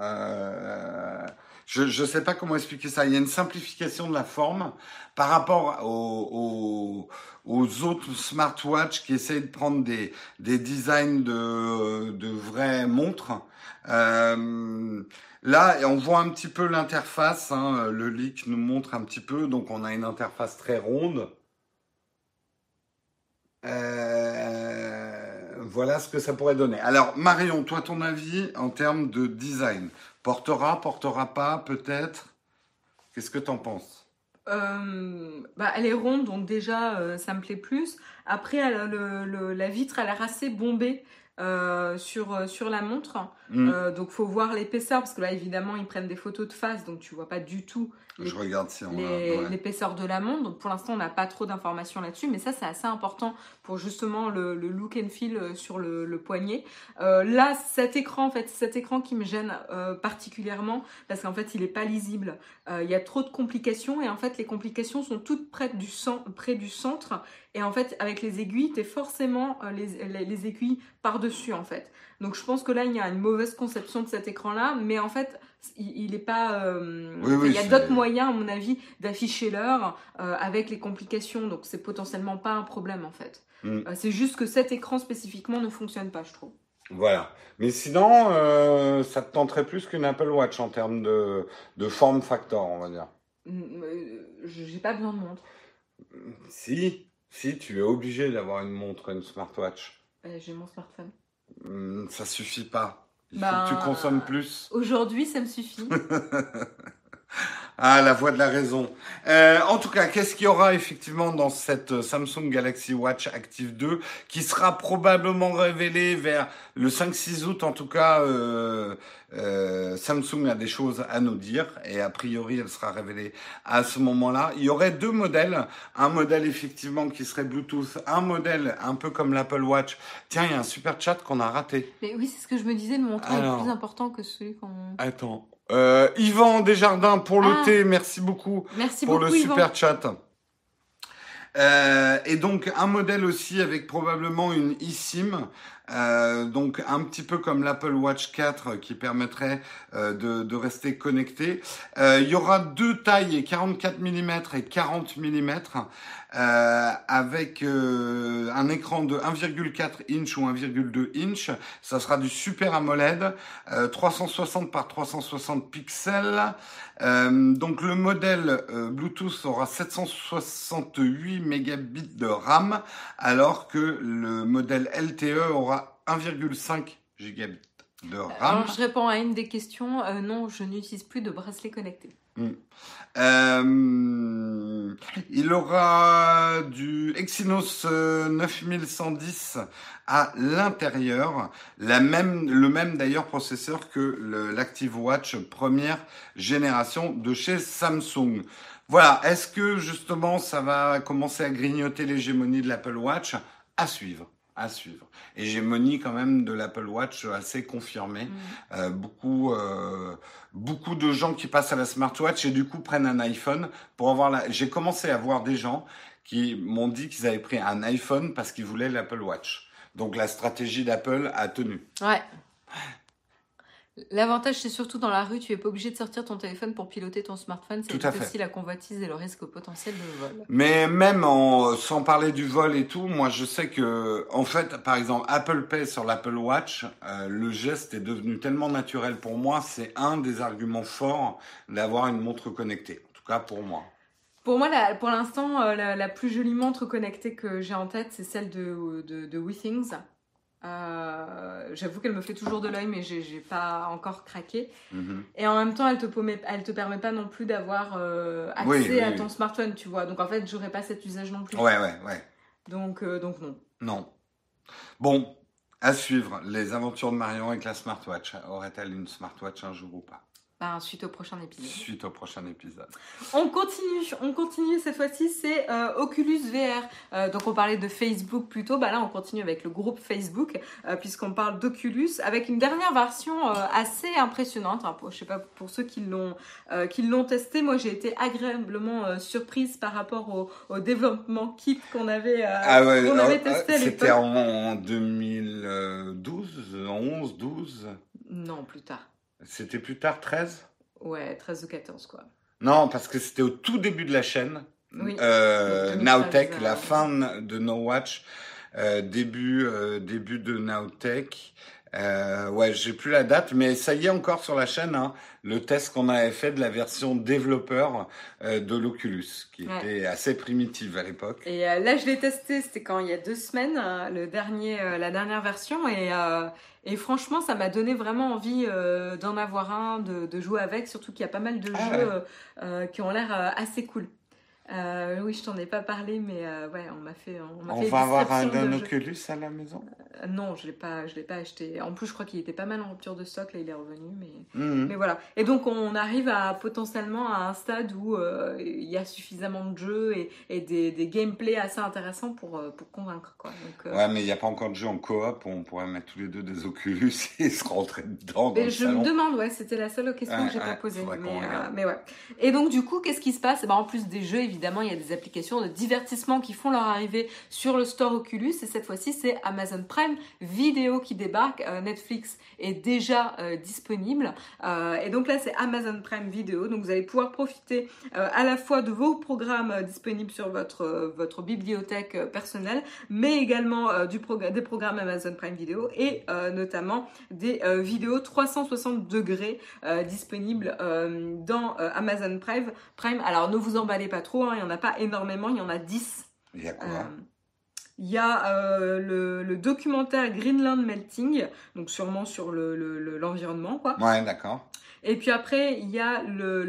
Je sais pas comment expliquer ça. Il y a une simplification de la forme par rapport aux autres smartwatches qui essayent de prendre des designs de vraies montres. Là, on voit un petit peu l'interface. Le leak nous montre un petit peu. Donc, on a une interface très ronde. Voilà ce que ça pourrait donner. Alors, Marion, toi, ton avis en termes de design? Portera pas, peut-être? Qu'est-ce que t'en penses? Elle est ronde, donc déjà, ça me plaît plus. Après, la vitre a l'air assez bombée sur la montre. Donc, faut voir l'épaisseur, parce que là, évidemment, ils prennent des photos de face, donc tu vois pas du tout Je regarde si on l'épaisseur de la montre. Donc, pour l'instant, on n'a pas trop d'informations là-dessus, mais ça, c'est assez important pour justement le look and feel sur le poignet. Là, cet écran qui me gêne particulièrement, parce qu'en fait, il est pas lisible. Il y a trop de complications, et en fait, les complications sont toutes près du centre. Et en fait, avec les aiguilles, tu es forcément les aiguilles par-dessus, en fait. Donc, je pense que là, il y a une mauvaise conception de cet écran-là, mais en fait, il n'est pas... il y a d'autres moyens, à mon avis, d'afficher l'heure avec les complications. Donc, c'est potentiellement pas un problème, en fait. C'est juste que cet écran, spécifiquement, ne fonctionne pas, je trouve. Voilà. Mais sinon, ça te tenterait plus qu'une Apple Watch en termes de form factor, on va dire. J'ai pas besoin de montre. Si, tu es obligé d'avoir une montre, une smartwatch. J'ai mon smartphone. Ça suffit pas. Il faut que tu consommes plus. Aujourd'hui, ça me suffit. Ah, la voix de la raison. En tout cas, qu'est-ce qu'il y aura effectivement dans cette Samsung Galaxy Watch Active 2 qui sera probablement révélée vers le 5-6 août. En tout cas, Samsung a des choses à nous dire et a priori, elle sera révélée à ce moment-là. Il y aurait deux modèles. Un modèle effectivement qui serait Bluetooth, un modèle un peu comme l'Apple Watch. Tiens, il y a un super chat qu'on a raté. Mais oui, c'est ce que je me disais, le montre est plus important que celui qu'on... Attends. Yvan Desjardins pour le thé, merci beaucoup pour le super chat. Et donc un modèle aussi avec probablement une eSIM, donc un petit peu comme l'Apple Watch 4 qui permettrait de rester connecté. Il y aura deux tailles, 44 mm et 40 mm, avec un écran de 1,4 inch ou 1,2 inch. Ça sera du Super AMOLED, 360 par 360 pixels. Donc le modèle Bluetooth aura 768 mégabits de RAM, alors que le modèle LTE aura 1,5 gigabits. de RAM. Alors, je réponds à une des questions. Non, je n'utilise plus de bracelet connecté. Il aura du Exynos 9110 à l'intérieur, le même d'ailleurs processeur que l'Active Watch première génération de chez Samsung. Voilà, est-ce que justement ça va commencer à grignoter l'hégémonie de l'Apple Watch? À suivre. À suivre. Hégémonie quand même de l'Apple Watch assez confirmée. Beaucoup de gens qui passent à la smartwatch et du coup prennent un iPhone pour avoir J'ai commencé à voir des gens qui m'ont dit qu'ils avaient pris un iPhone parce qu'ils voulaient l'Apple Watch. Donc la stratégie d'Apple a tenu. Ouais. L'avantage, c'est surtout dans la rue, tu n'es pas obligé de sortir ton téléphone pour piloter ton smartphone. C'est aussi la convoitise et le risque potentiel de vol. Mais même sans parler du vol et tout, moi je sais que, en fait, par exemple, Apple Pay sur l'Apple Watch, le geste est devenu tellement naturel pour moi, c'est un des arguments forts d'avoir une montre connectée. En tout cas pour moi. Pour moi, pour l'instant, la plus jolie montre connectée que j'ai en tête, c'est celle de WeThings. J'avoue qu'elle me fait toujours de l'œil, mais j'ai pas encore craqué. Et en même temps, elle te permet pas non plus d'avoir accès à ton smartphone, tu vois. Donc en fait, j'aurais pas cet usage non plus. Ouais. Donc non. Non. Bon, à suivre les aventures de Marion avec la smartwatch. Aurait-elle une smartwatch un jour ou pas? Suite au prochain épisode. On continue cette fois-ci, c'est Oculus VR. Donc on parlait de Facebook plus tôt, là on continue avec le groupe Facebook, puisqu'on parle d'Oculus, avec une dernière version assez impressionnante. Je sais pas, pour ceux qui l'ont testé, moi j'ai été agréablement surprise par rapport au développement kit qu'on avait testé à l'époque. C'était en 2012, 11, 12 Non, plus tard. C'était plus tard, 13? Ouais, 13 ou 14, quoi. Non, parce que c'était au tout début de la chaîne. Oui. Nowtech, la fin de No Watch, début de Nowtech. J'ai plus la date, mais ça y est encore sur la chaîne, hein, le test qu'on avait fait de la version développeur de l'Oculus, qui était assez primitive à l'époque. Et là, je l'ai testé, c'était il y a 2 semaines, la dernière version, et franchement, ça m'a donné vraiment envie d'en avoir un, de jouer avec, surtout qu'il y a pas mal de jeux qui ont l'air assez cool. Oui, je t'en ai pas parlé, mais on m'a fait. On va avoir un Oculus à la maison? Non, je l'ai pas acheté. En plus, je crois qu'il était pas mal en rupture de stock. Là, il est revenu, mais voilà. Et donc, on arrive potentiellement à un stade où il y a suffisamment de jeux et des gameplays assez intéressants pour convaincre, quoi. Donc, mais il n'y a pas encore de jeu en coop où on pourrait mettre tous les deux des Oculus et se rentrer dedans. Je me demande, c'était la seule question que j'ai pas posée. Mais ouais. Et donc, du coup, qu'est-ce qui se passe? En plus des jeux, évidemment, il y a des applications de divertissement qui font leur arrivée sur le store Oculus, et cette fois-ci c'est Amazon Prime Video qui débarque. Netflix est déjà disponible, et donc là c'est Amazon Prime Video, donc vous allez pouvoir profiter à la fois de vos programmes disponibles sur votre bibliothèque personnelle, mais également des programmes Amazon Prime Video, et notamment des vidéos 360 degrés disponibles dans Amazon Prime. Alors ne vous emballez pas trop, il n'y en a pas énormément, il y en a 10. Il y a quoi? Il y a le documentaire Greenland Melting, donc sûrement sur l'environnement, quoi. Ouais, d'accord. Et puis après, il y a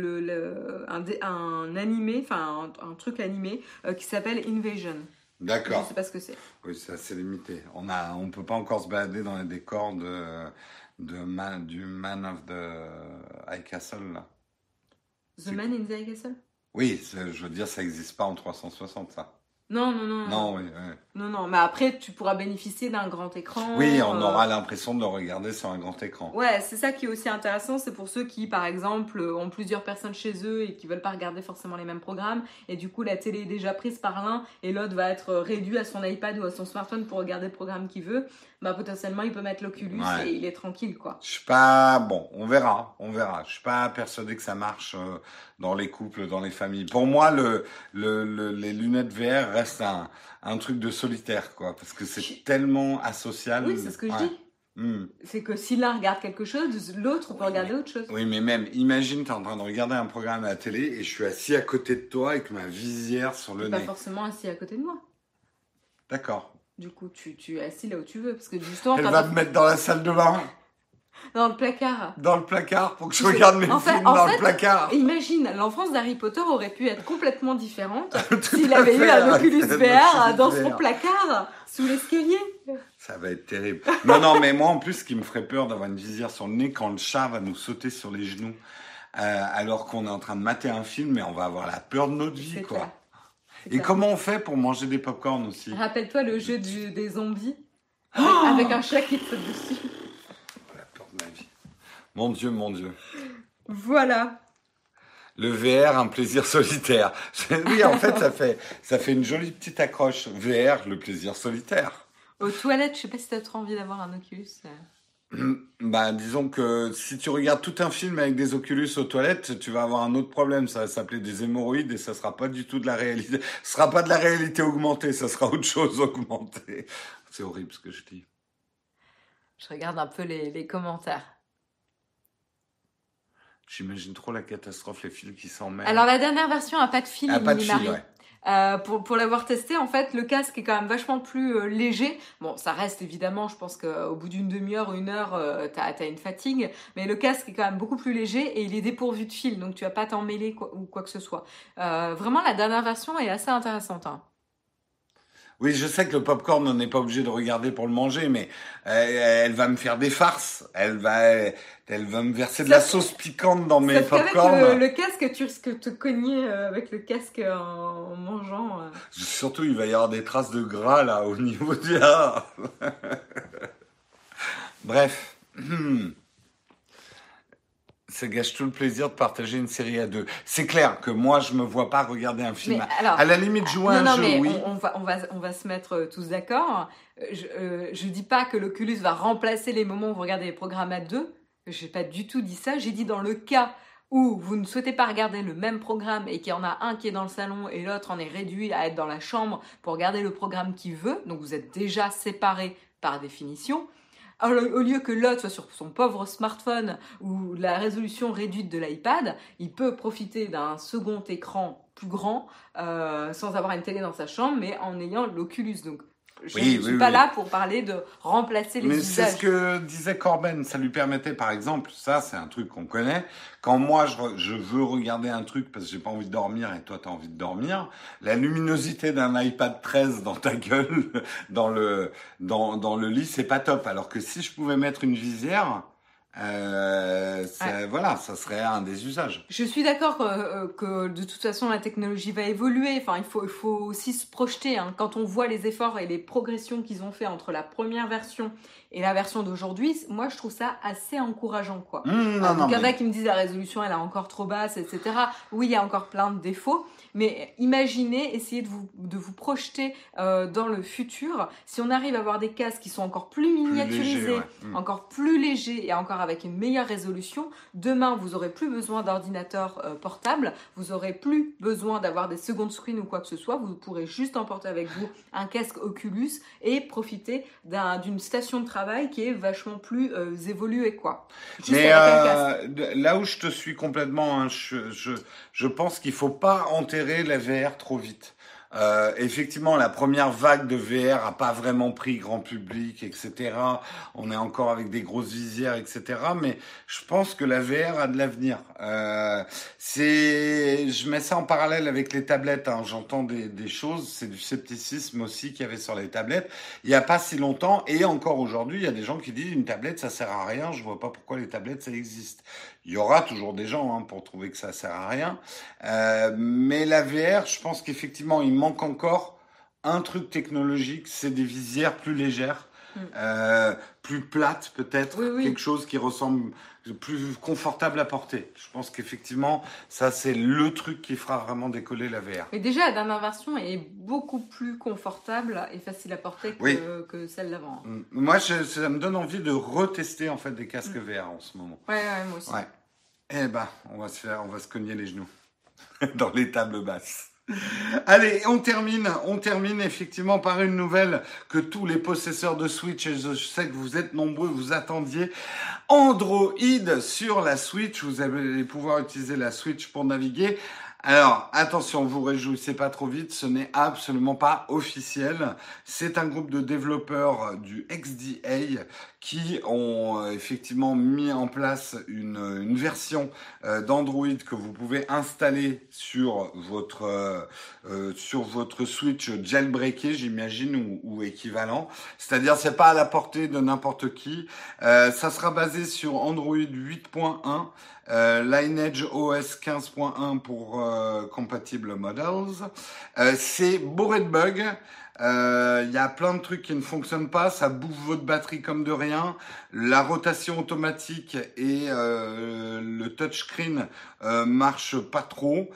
un animé, un truc animé qui s'appelle Invasion. D'accord. Je sais pas ce que c'est. Oui, c'est assez limité. On peut pas encore se balader dans les décors du Man of the High Castle, là. The Man in the High Castle? Oui, je veux dire, ça n'existe pas en 360, ça. Non. Non, oui. Non, mais après, tu pourras bénéficier d'un grand écran. Oui, on aura l'impression de le regarder sur un grand écran. Ouais, c'est ça qui est aussi intéressant, c'est pour ceux qui, par exemple, ont plusieurs personnes chez eux et qui veulent pas regarder forcément les mêmes programmes, et du coup, la télé est déjà prise par l'un, et l'autre va être réduit à son iPad ou à son smartphone pour regarder le programme qu'il veut. Potentiellement, il peut mettre l'Oculus et il est tranquille, quoi. Je suis pas... Bon, on verra. Je suis pas persuadé que ça marche dans les couples, dans les familles. Pour moi, les lunettes VR restent un truc de solitaire, quoi, parce que c'est tellement asocial. Oui, c'est ce que je dis. C'est que si l'un regarde quelque chose, l'autre peut regarder autre chose. Oui, mais même, imagine, tu es en train de regarder un programme à la télé et je suis assis à côté de toi avec ma visière sur le nez. Pas forcément assis à côté de moi. D'accord. Du coup, tu es assis là où tu veux, parce que justement... Elle va me mettre dans la salle de bain. Dans le placard. Dans le placard pour que je regarde mes films dans le placard. Imagine, l'enfance d'Harry Potter aurait pu être complètement différente Tout s'il à avait eu fait, un avec Oculus un VR Oculus dans VR. son placard, sous l'escalier. Ça va être terrible. Non, mais moi en plus, ce qui me ferait peur d'avoir une visière sur le nez quand le chat va nous sauter sur les genoux, alors qu'on est en train de mater un film et on va avoir la peur de notre vie, C'est quoi. clair. C'est Et clair. comment on fait pour manger des pop-corn aussi? Rappelle-toi le jeu des zombies avec un chat qui te saute dessus. La peur de ma vie. Mon Dieu, mon Dieu. Voilà. Le VR, un plaisir solitaire. Oui, en fait, ça fait une jolie petite accroche. VR, le plaisir solitaire. Aux toilettes, je sais pas si t'as trop envie d'avoir un Oculus. Bah, disons que si tu regardes tout un film avec des Oculus aux toilettes, tu vas avoir un autre problème. Ça va s'appeler des hémorroïdes et ça sera pas du tout de la réalité. Ce sera pas de la réalité augmentée, ça sera autre chose augmentée. C'est horrible ce que je dis. Je regarde un peu les commentaires. J'imagine trop la catastrophe, les fils qui s'en mêlent. Alors la dernière version a pas de fil, Ah, pas de Émilie fil, Marie. ouais. Pour l'avoir testé, en fait, le casque est quand même vachement plus léger. Bon, ça reste évidemment, je pense qu'au bout d'une demi-heure, une heure, t'as une fatigue. Mais le casque est quand même beaucoup plus léger et il est dépourvu de fil, donc tu vas pas t'en mêler ou quoi que ce soit. Vraiment, la dernière version est assez intéressante. Hein. Oui, je sais que le popcorn, on n'est pas obligé de regarder pour le manger, mais elle va me faire des farces. Elle va me verser de la sauce piquante dans mes Sauf qu'avec popcorn. le casque, tu risques de te cogner avec le casque en mangeant. Surtout, il va y avoir des traces de gras là au niveau du. Ah. Bref. Ça gâche tout le plaisir de partager une série à deux. C'est clair que moi, je me vois pas regarder un film. Mais alors, à la limite, jouer à un jeu, mais oui. on va se mettre tous d'accord. Je dis pas que l'Oculus va remplacer les moments où vous regardez les programmes à deux. J'ai pas du tout dit ça. J'ai dit dans le cas où vous ne souhaitez pas regarder le même programme et qu'il y en a un qui est dans le salon et l'autre en est réduit à être dans la chambre pour regarder le programme qu'il veut. Donc vous êtes déjà séparés par définition. Alors, au lieu que l'autre soit sur son pauvre smartphone ou la résolution réduite de l'iPad, il peut profiter d'un second écran plus grand sans avoir une télé dans sa chambre, mais en ayant l'Oculus. Donc, je ne suis pas là pour parler de remplacer les usages. Mais c'est ce que disait Corben, ça lui permettait par exemple, ça c'est un truc qu'on connaît, quand moi je veux regarder un truc parce que j'ai pas envie de dormir et toi t'as envie de dormir, la luminosité d'un iPad 13 dans ta gueule, dans le lit, c'est pas top. Alors que si je pouvais mettre une visière, voilà, ça serait un des usages. Je suis d'accord que de toute façon la technologie va évoluer. Enfin, il faut aussi se projeter. Hein. Quand on voit les efforts et les progressions qu'ils ont fait entre la première version et la version d'aujourd'hui, moi je trouve ça assez encourageant, quoi. Donc il y en a qui me disent la résolution elle est encore trop basse, etc. Oui, il y a encore plein de défauts. Mais imaginez, essayez de vous projeter dans le futur. Si on arrive à avoir des casques qui sont encore plus miniaturisés, léger, encore plus légers et encore avec une meilleure résolution, demain vous aurez plus besoin d'ordinateur portable, vous aurez plus besoin d'avoir des second screen ou quoi que ce soit. Vous pourrez juste emporter avec vous un casque Oculus et profiter d'une station de travail qui est vachement plus évoluée, quoi. Juste mais avec un casque. là où je te suis complètement, hein, je pense qu'il faut pas enterrer la VR trop vite. Effectivement, la première vague de VR a pas vraiment pris grand public, etc. On est encore avec des grosses visières, etc. Mais je pense que la VR a de l'avenir. Je mets ça en parallèle avec les tablettes. Hein. J'entends des choses, c'est du scepticisme aussi qu'il y avait sur les tablettes. Il y a pas si longtemps et encore aujourd'hui, il y a des gens qui disent une tablette ça sert à rien. Je vois pas pourquoi les tablettes ça existe. Il y aura toujours des gens pour trouver que ça sert à rien. Mais la VR, je pense qu'effectivement, il manque encore un truc technologique, c'est des visières plus légères, plus plates peut-être, quelque chose qui ressemble, plus confortable à porter. Je pense qu'effectivement, ça c'est le truc qui fera vraiment décoller la VR. Mais déjà, la dernière version est beaucoup plus confortable et facile à porter que celle d'avant. Moi, ça me donne envie de retester en fait des casques VR en ce moment. Ouais, moi aussi. Ouais. Eh ben, on va se cogner les genoux dans les tables basses. Allez, on termine effectivement par une nouvelle que tous les possesseurs de Switch, et je sais que vous êtes nombreux, vous attendiez. Android sur la Switch, vous allez pouvoir utiliser la Switch pour naviguer. Alors, attention, vous réjouissez pas trop vite, ce n'est absolument pas officiel. C'est un groupe de développeurs du XDA qui ont effectivement mis en place une version d'Android que vous pouvez installer sur votre Switch jailbreaké, j'imagine, ou équivalent. C'est-à-dire, c'est pas à la portée de n'importe qui. Ça sera basé sur Android 8.1. Lineage OS 15.1 pour compatible models. C'est bourré de bugs. Il y a plein de trucs qui ne fonctionnent pas. Ça bouffe votre batterie comme de rien. La rotation automatique et le touchscreen marchent pas trop.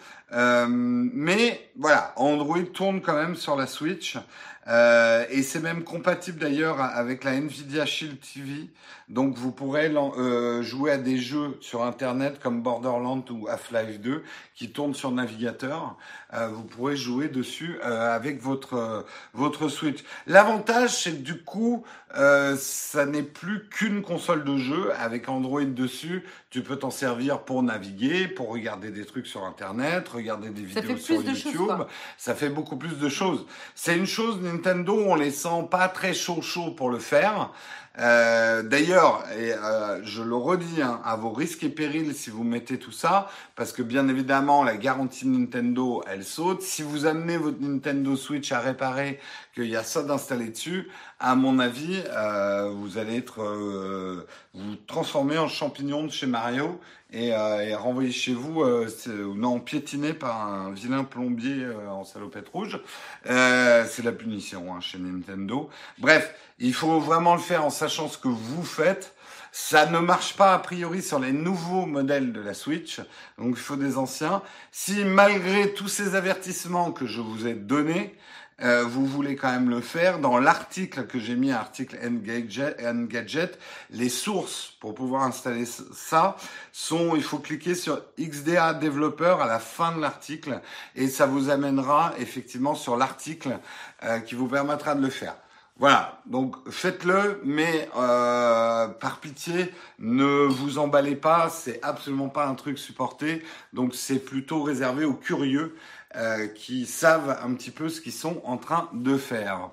Mais voilà, Android tourne quand même sur la Switch. Et c'est même compatible d'ailleurs avec la Nvidia Shield TV. Donc vous pourrez jouer à des jeux sur Internet comme Borderlands ou Half-Life 2 qui tournent sur navigateur. Vous pourrez jouer dessus avec votre Switch. L'avantage, c'est que du coup, ça n'est plus qu'une console de jeu avec Android dessus. Tu peux t'en servir pour naviguer, pour regarder des trucs sur Internet, regarder des vidéos sur YouTube. Ça fait beaucoup plus de choses. C'est une chose, Nintendo, on les sent pas très chaud pour le faire. D'ailleurs, je le redis, hein, à vos risques et périls si vous mettez tout ça, parce que bien évidemment la garantie Nintendo elle saute. Si vous amenez votre Nintendo Switch à réparer, qu'il y a ça d'installé dessus, à mon avis, vous allez vous transformer en champignon de chez Mario et renvoyer chez vous, non, piétiné par un vilain plombier en salopette rouge. C'est la punition chez Nintendo. Bref, il faut vraiment le faire en sachant ce que vous faites. Ça ne marche pas a priori sur les nouveaux modèles de la Switch, donc il faut des anciens. Si malgré tous ces avertissements que je vous ai donnés, vous voulez quand même le faire, dans l'article que j'ai mis, article Engadget, les sources pour pouvoir installer ça sont, il faut cliquer sur XDA Developer à la fin de l'article et ça vous amènera effectivement sur l'article qui vous permettra de le faire. Voilà, donc faites-le, mais par pitié, ne vous emballez pas, c'est absolument pas un truc supporté, donc c'est plutôt réservé aux curieux qui savent un petit peu ce qu'ils sont en train de faire.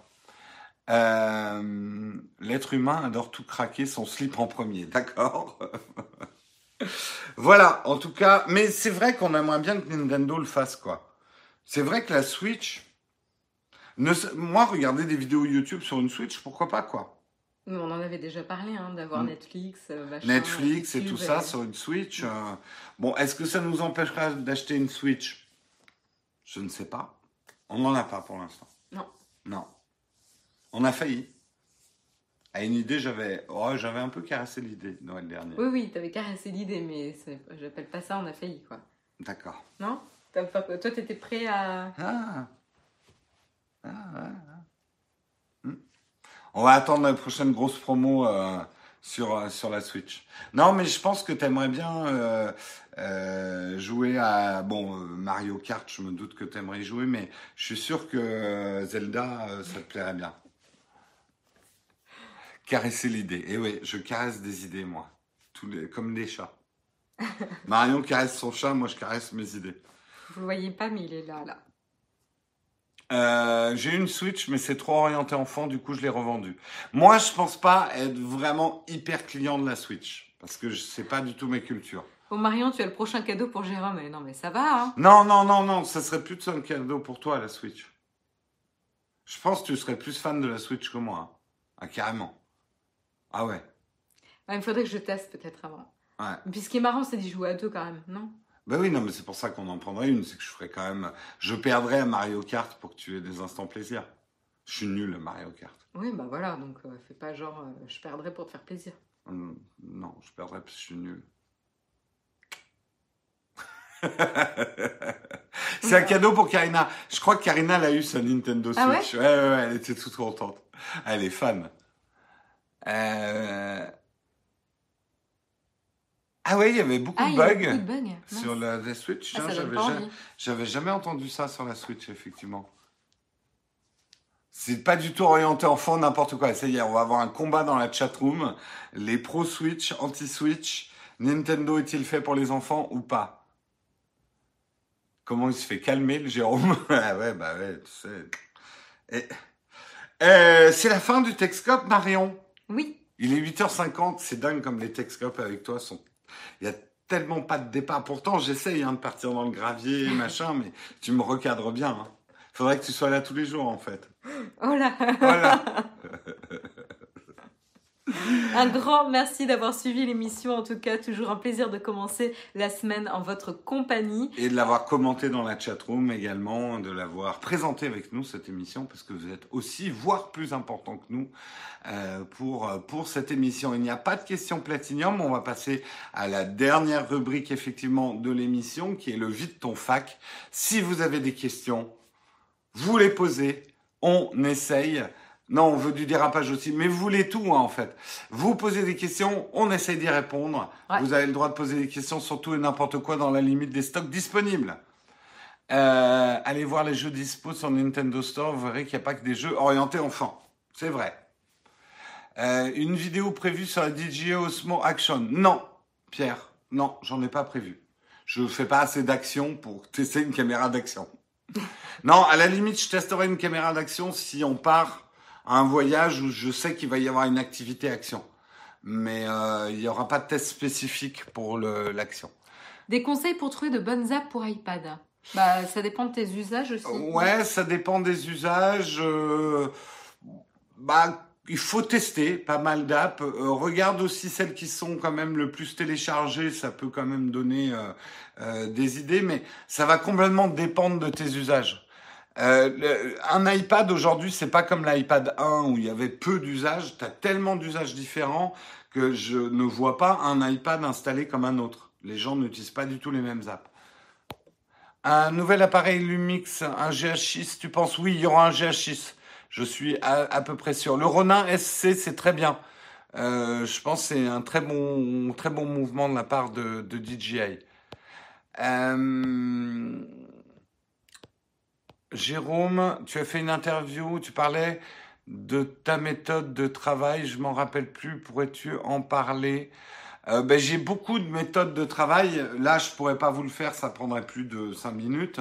L'être humain adore tout craquer, son slip en premier, d'accord. Voilà, en tout cas, mais c'est vrai qu'on aimerait bien que Nintendo le fasse, quoi. C'est vrai que la Switch... Moi, regarder des vidéos YouTube sur une Switch, pourquoi pas, quoi. Mais on en avait déjà parlé, hein, d'avoir Netflix, machin, Netflix YouTube, et tout ça sur une Switch. Bon, est-ce que ça nous empêchera d'acheter une Switch? Je ne sais pas. On n'en a pas pour l'instant. Non. On a failli. À une idée, j'avais un peu caressé l'idée Noël dernier. Oui, t'avais caressé l'idée, mais j'appelle pas ça on a failli, quoi. D'accord. Non? Toi, t'étais prêt à... On va attendre la prochaine grosse promo sur la Switch. Non, mais je pense que t'aimerais bien jouer à... Bon, Mario Kart, je me doute que t'aimerais y jouer, mais je suis sûr que Zelda, ça te plairait bien. Caresser l'idée. Et oui, je caresse des idées, moi. Comme des chats. Marion caresse son chat, moi je caresse mes idées. Vous le voyez pas, mais il est là. J'ai une Switch, mais c'est trop orienté enfant, du coup je l'ai revendue. Moi, je pense pas être vraiment hyper client de la Switch, parce que c'est pas du tout mes cultures. Bon, Marion, tu as le prochain cadeau pour Jérôme. Mais non, mais ça va, hein? Non, ça serait plus un cadeau pour toi, la Switch. Je pense que tu serais plus fan de la Switch que moi. Hein. Ah, carrément. Ah ouais. Il faudrait que je teste peut-être avant. Ouais. Puis ce qui est marrant, c'est d'y jouer à deux quand même, non? Ben oui, non, mais c'est pour ça qu'on en prendrait une. C'est que je ferais quand même... Je perdrais à Mario Kart pour que tu aies des instants plaisir. Je suis nul à Mario Kart. Oui, bah voilà, donc fais pas genre je perdrais pour te faire plaisir. Non, je perdrais parce que je suis nul. C'est un cadeau pour Karina. Je crois que Karina l'a eu sa Nintendo Switch. Ah ouais, ouais, elle était toute contente. Elle est fan. Ah ouais, il y avait beaucoup de bugs sur la Switch. J'avais jamais entendu ça sur la Switch, effectivement. C'est pas du tout orienté enfant, n'importe quoi. Ça y est, on va avoir un combat dans la chatroom. Les pro Switch, anti-Switch. Nintendo est-il fait pour les enfants ou pas? Comment il se fait calmer, le Jérôme? Ah ouais, bah ouais, tu sais. C'est la fin du Texcope, Marion. Oui. Il est 8h50, c'est dingue comme les Texcopes avec toi sont... Il y a tellement pas de départ. Pourtant, j'essaye de partir dans le gravier, machin, mais tu me recadres bien. Hein. Faudrait que tu sois là tous les jours, en fait. Oh là. Voilà. Un grand merci d'avoir suivi l'émission. En tout cas, toujours un plaisir de commencer la semaine en votre compagnie. Et de l'avoir commenté dans la chatroom également, de l'avoir présenté avec nous, cette émission, parce que vous êtes aussi, voire plus important que nous, pour cette émission. Il n'y a pas de questions platinium. On va passer à la dernière rubrique, effectivement, de l'émission, qui est le vide ton fac. Si vous avez des questions, vous les posez. On essaye. Non, on veut du dérapage aussi, mais vous voulez tout, hein, en fait. Vous posez des questions, on essaye d'y répondre. Ouais. Vous avez le droit de poser des questions sur tout et n'importe quoi dans la limite des stocks disponibles. Allez voir les jeux dispo sur Nintendo Store, vous verrez qu'il n'y a pas que des jeux orientés enfants. C'est vrai. Une vidéo prévue sur la DJI Osmo Action. Non, Pierre, non, j'en ai pas prévu. Je fais pas assez d'action pour tester une caméra d'action. Non, à la limite, je testerai une caméra d'action si on part à un voyage où je sais qu'il va y avoir une activité action. Mais il n'y aura pas de test spécifique pour l'action. Des conseils pour trouver de bonnes apps pour iPad? Bah, ça dépend de tes usages aussi. Ouais, ça dépend des usages. Il faut tester pas mal d'apps. Regarde aussi celles qui sont quand même le plus téléchargées. Ça peut quand même donner des idées, mais ça va complètement dépendre de tes usages. Un iPad aujourd'hui, c'est pas comme l'iPad 1 où il y avait peu d'usages. Tu as tellement d'usages différents que je ne vois pas un iPad installé comme un autre. Les gens n'utilisent pas du tout les mêmes apps. Un nouvel appareil Lumix, un GH6, tu penses? Oui, il y aura un GH6. Je suis à peu près sûr. Le Ronin SC, c'est très bien. Je pense que c'est un très bon mouvement de la part de DJI. Jérôme, tu as fait une interview, tu parlais de ta méthode de travail, je m'en rappelle plus, pourrais-tu en parler? J'ai beaucoup de méthodes de travail, là je pourrais pas vous le faire, ça prendrait plus de 5 minutes.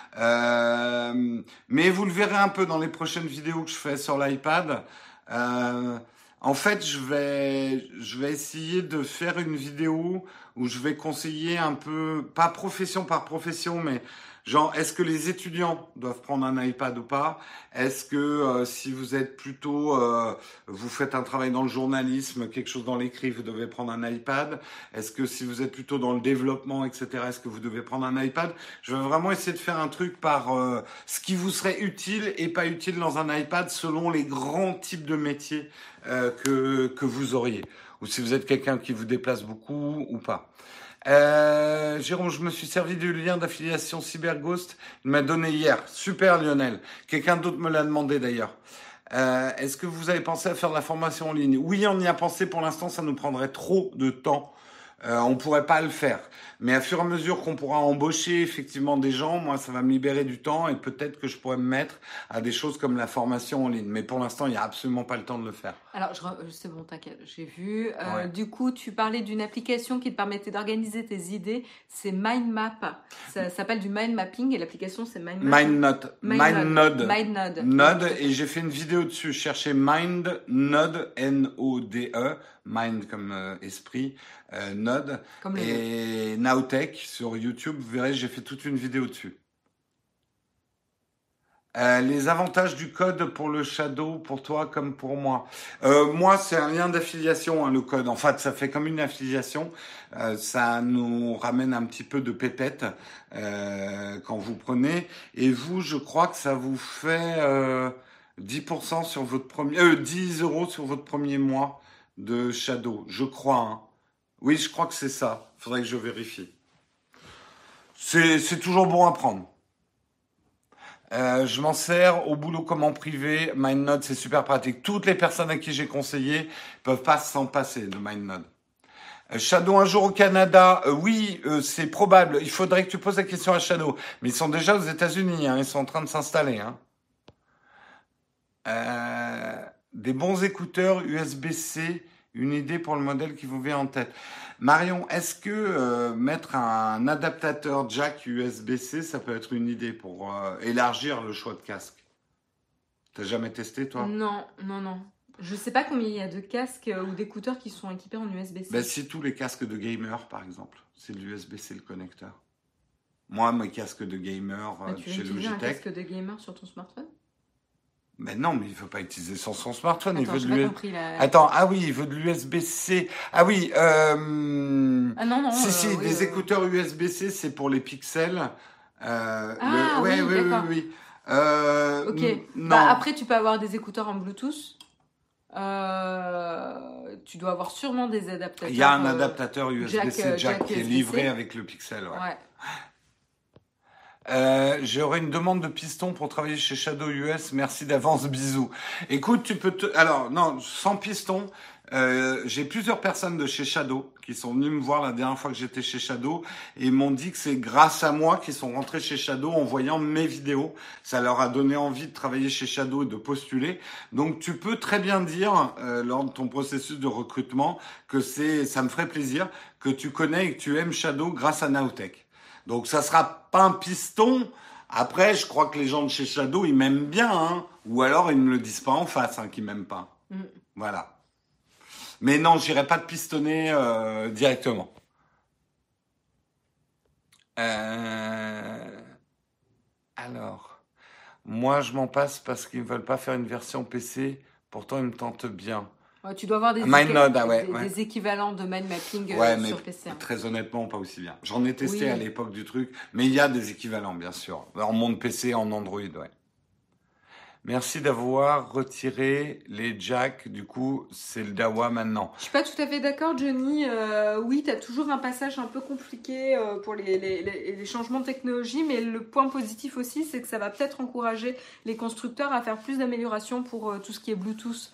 Mais vous le verrez un peu dans les prochaines vidéos que je fais sur l'iPad. En fait, je vais essayer de faire une vidéo où je vais conseiller un peu, pas profession par profession, mais genre, est-ce que les étudiants doivent prendre un iPad ou pas? Est-ce que si vous êtes plutôt, vous faites un travail dans le journalisme, quelque chose dans l'écrit, vous devez prendre un iPad? Est-ce que si vous êtes plutôt dans le développement, etc., est-ce que vous devez prendre un iPad? Je vais vraiment essayer de faire un truc par ce qui vous serait utile et pas utile dans un iPad selon les grands types de métiers que vous auriez. Ou si vous êtes quelqu'un qui vous déplace beaucoup ou pas. Jérôme, je me suis servi du lien d'affiliation CyberGhost. Il m'a donné hier. Super Lionel. Quelqu'un d'autre me l'a demandé d'ailleurs. Est-ce que vous avez pensé à faire de la formation en ligne? Oui, on y a pensé. Pour l'instant, ça nous prendrait trop de temps. On pourrait pas le faire. Mais à fur et à mesure qu'on pourra embaucher effectivement des gens, moi, ça va me libérer du temps et peut-être que je pourrais me mettre à des choses comme la formation en ligne. Mais pour l'instant, il n'y a absolument pas le temps de le faire. Alors, c'est bon, t'inquiète, j'ai vu. Ouais. Du coup, tu parlais d'une application qui te permettait d'organiser tes idées. C'est MindMap. Ça s'appelle du mind mapping et l'application, c'est MindNode. Node, et j'ai fait une vidéo dessus. Cherchez MindNode, N-O-D-E, Mind comme esprit, Node, comme et Nowtech sur YouTube. Vous verrez, j'ai fait toute une vidéo dessus. Les avantages du code pour le Shadow, pour toi comme pour moi. Moi, c'est un lien d'affiliation, hein, le code. En fait, ça fait comme une affiliation. Ça nous ramène un petit peu de pépette quand vous prenez. Et vous, je crois que ça vous fait 10% sur votre premier, 10 € sur votre premier mois de Shadow. Je crois. Hein. Oui, je crois que c'est ça. Faudrait que je vérifie. C'est toujours bon à prendre. Je m'en sers au boulot comme en privé. MindNode, c'est super pratique. Toutes les personnes à qui j'ai conseillé peuvent pas s'en passer de MindNode. Shadow un jour au Canada, oui, c'est probable. Il faudrait que tu poses la question à Shadow. Mais ils sont déjà aux États-Unis, hein. Ils sont en train de s'installer. Hein. Des bons écouteurs USB-C, une idée pour le modèle qui vous vient en tête. Marion, est-ce que mettre un adaptateur jack USB-C, ça peut être une idée pour élargir le choix de casque? T'as jamais testé, toi? Non. Je sais pas combien il y a de casques ou d'écouteurs qui sont équipés en USB-C. Ben, c'est tous les casques de gamer, par exemple. C'est de l'USB-C le connecteur. Moi, mes casques de gamer Tu veux chez utiliser un Logitech. casque de gamer sur ton smartphone? Mais non, mais il ne veut pas utiliser sur son smartphone. Attends, il j'ai veut pas de compris là. Attends, ah oui, il veut de l'USB-C. Ah oui, Ah non, non. si, oui, des écouteurs USB-C, c'est pour les pixels. Ah Ouais, oui, oui, d'accord. oui. Ok. Non. Bah, après, tu peux avoir des écouteurs en Bluetooth. Tu dois avoir sûrement des adaptateurs. Il y a un adaptateur USB-C jack qui est USB-C. livré avec le pixel. Ouais. Ouais. J'aurais une demande de piston pour travailler chez Shadow US. Merci d'avance, bisous. Écoute, tu peux alors non, sans piston. J'ai plusieurs personnes de chez Shadow qui sont venues me voir la dernière fois que j'étais chez Shadow et ils m'ont dit que c'est grâce à moi qu'ils sont rentrés chez Shadow en voyant mes vidéos. Ça leur a donné envie de travailler chez Shadow et de postuler. Donc tu peux très bien dire lors de ton processus de recrutement que ça me ferait plaisir que tu connais et que tu aimes Shadow grâce à Nowtech. Donc ça sera pas un piston. Après, je crois que les gens de chez Shadow, ils m'aiment bien, hein. Ou alors ils ne me le disent pas en face, hein, qu'ils m'aiment pas. Voilà. Mais non, j'irai pas te pistonner directement. Alors, moi, je m'en passe parce qu'ils ne veulent pas faire une version PC. Pourtant, ils me tentent bien. Ouais, tu dois avoir des, MindNode, des équivalents de mind mapping Ouais, mais sur PC. Hein. très honnêtement, pas aussi bien. J'en ai testé Oui. à l'époque du truc, mais il y a des équivalents, bien sûr. En monde PC, en Android, ouais. Merci d'avoir retiré les jacks. Du coup, c'est le Dawa maintenant. Je suis pas tout à fait d'accord, Johnny. Oui, tu as toujours un passage un peu compliqué pour les changements de technologie, mais le point positif aussi, c'est que ça va peut-être encourager les constructeurs à faire plus d'améliorations pour tout ce qui est Bluetooth.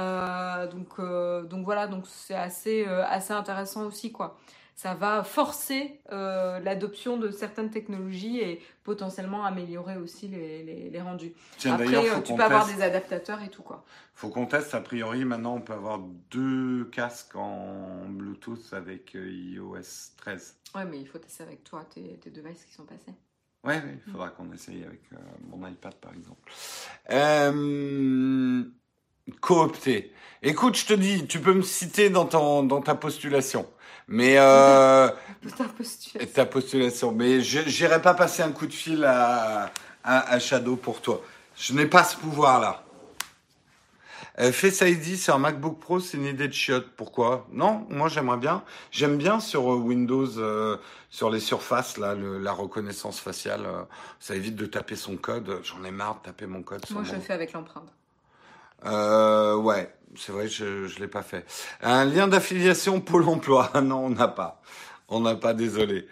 Donc voilà, donc c'est assez intéressant aussi, quoi. Ça va forcer l'adoption de certaines technologies et potentiellement améliorer aussi les rendus. Tiens, Après, d'ailleurs, tu peux avoir des adaptateurs et tout, quoi. Faut qu'on teste. A priori, maintenant, on peut avoir 2 casques en Bluetooth avec iOS 13. Ouais, mais il faut tester avec toi tes devices qui sont passés. Ouais, il faudra qu'on essaye avec mon iPad, par exemple. Coopter. Écoute, je te dis, tu peux me citer dans ta postulation. Mais ta postulation. Mais j'irai pas passer un coup de fil à Shadow pour toi. Je n'ai pas ce pouvoir-là. Face ID sur un MacBook Pro, c'est une idée de chiotte. Pourquoi? Non, moi j'aimerais bien. J'aime bien sur Windows, sur les surfaces, là, la reconnaissance faciale. Ça évite de taper son code. J'en ai marre de taper mon code. Moi, je le fais avec l'empreinte. Ouais, c'est vrai, je l'ai pas fait. Un lien d'affiliation Pôle emploi. Non, on n'a pas. On n'a pas, désolé.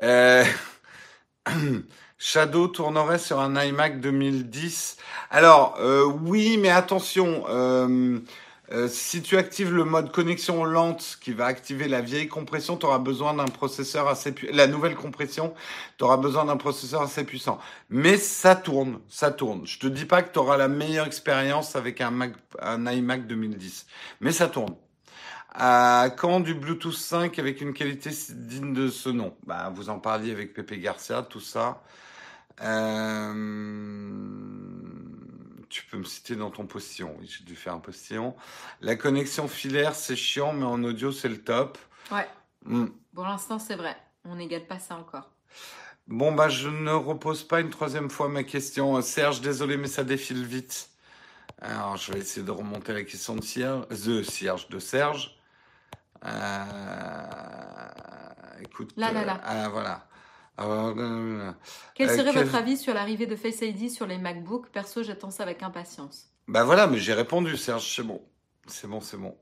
Shadow tournerait sur un iMac 2010. Alors, oui, mais attention, si tu actives le mode connexion lente qui va activer la vieille compression, tu auras besoin d'un processeur assez puissant. La nouvelle compression, tu auras besoin d'un processeur assez puissant. Mais ça tourne, ça tourne. Je te dis pas que tu auras la meilleure expérience avec un iMac 2010, mais ça tourne. Quand du Bluetooth 5 avec une qualité digne de ce nom? Bah, vous en parliez avec Pepe Garcia, tout ça. Tu peux me citer dans ton postillon. Oui, j'ai dû faire un postillon. La connexion filaire, c'est chiant, mais en audio, c'est le top. Ouais. Pour l'instant, c'est vrai. On n'égale pas ça encore. Bon, bah, je ne repose pas une troisième fois ma question. Serge, désolé, mais ça défile vite. Alors, je vais essayer de remonter la question de Serge. Écoute. Là. Voilà. Quel serait votre avis sur l'arrivée de Face ID sur les MacBooks? Perso, j'attends ça avec impatience. Bah voilà, mais j'ai répondu, Serge, c'est bon. C'est bon.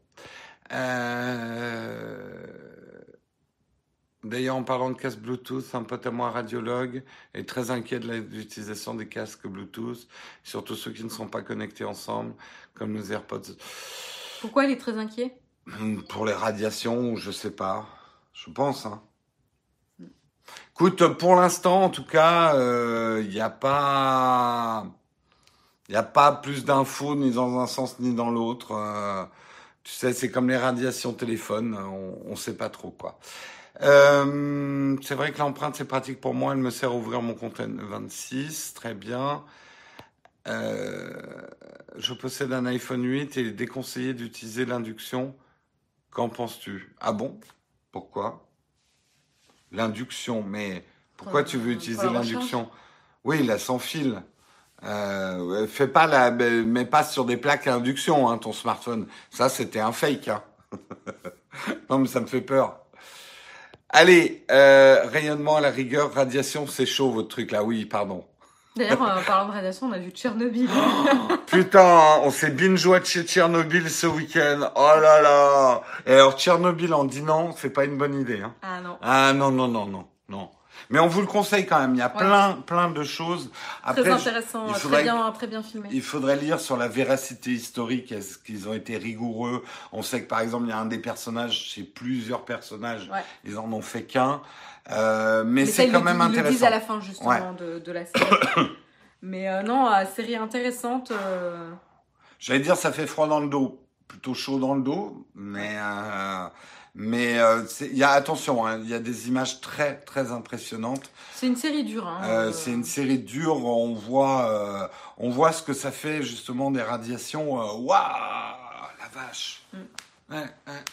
D'ailleurs, en parlant de casque Bluetooth, un pote à moi, radiologue, est très inquiet de l'utilisation des casques Bluetooth, surtout ceux qui ne sont pas connectés ensemble, comme nos AirPods. Pourquoi il est très inquiet? Pour les radiations, je sais pas. Je pense, hein. Écoute, pour l'instant, en tout cas, il n'y a pas plus d'infos ni dans un sens ni dans l'autre. Tu sais, c'est comme les radiations téléphone, on sait pas trop, quoi. C'est vrai que l'empreinte, c'est pratique pour moi. Elle me sert à ouvrir mon compte N26. Très bien. Je possède un iPhone 8 et il est déconseillé d'utiliser l'induction. Qu'en penses-tu? Ah bon? Pourquoi? L'induction, mais pourquoi tu veux utiliser l'induction? Oui, la sans fil. Fais pas mets pas sur des plaques à induction, hein, ton smartphone. Ça, c'était un fake, hein. Non, mais ça me fait peur. Allez, rayonnement à la rigueur, radiation, c'est chaud votre truc là. Oui, pardon. D'ailleurs, en parlant de radiation, on a vu Tchernobyl. Putain, on s'est binge-watché Tchernobyl ce week-end. Oh là là. Et alors Tchernobyl en dînant, c'est pas une bonne idée. Hein. Ah non. Ah non, non, non, non, non. Mais on vous le conseille quand même. Il y a plein de choses. Après, très intéressant, très bien filmé. Il faudrait lire sur la véracité historique. Est-ce qu'ils ont été rigoureux? On sait que par exemple, il y a un des personnages, c'est plusieurs personnages. Ouais. Ils en ont fait qu'un. Mais c'est quand même intéressant. Ils le disent à la fin justement de la série. Mais non, série intéressante. J'allais dire, ça fait froid dans le dos, plutôt chaud dans le dos, mais il y a attention, hein, il y a des images très impressionnantes. C'est une série dure. Hein, C'est une série dure. On voit ce que ça fait justement des radiations. Waouh, la vache. Ouais.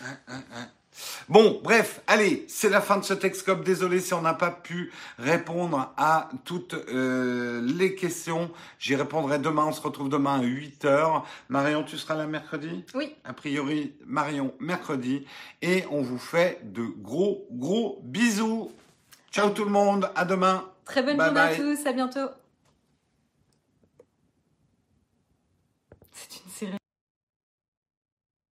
Bon, bref, allez, c'est la fin de ce Texcope. Désolé si on n'a pas pu répondre à toutes les questions. J'y répondrai demain. On se retrouve demain à 8h. Marion, tu seras là mercredi? Oui. A priori, Marion, mercredi. Et on vous fait de gros bisous. Ciao tout le monde. À demain. Très bonne journée à tous. À bientôt.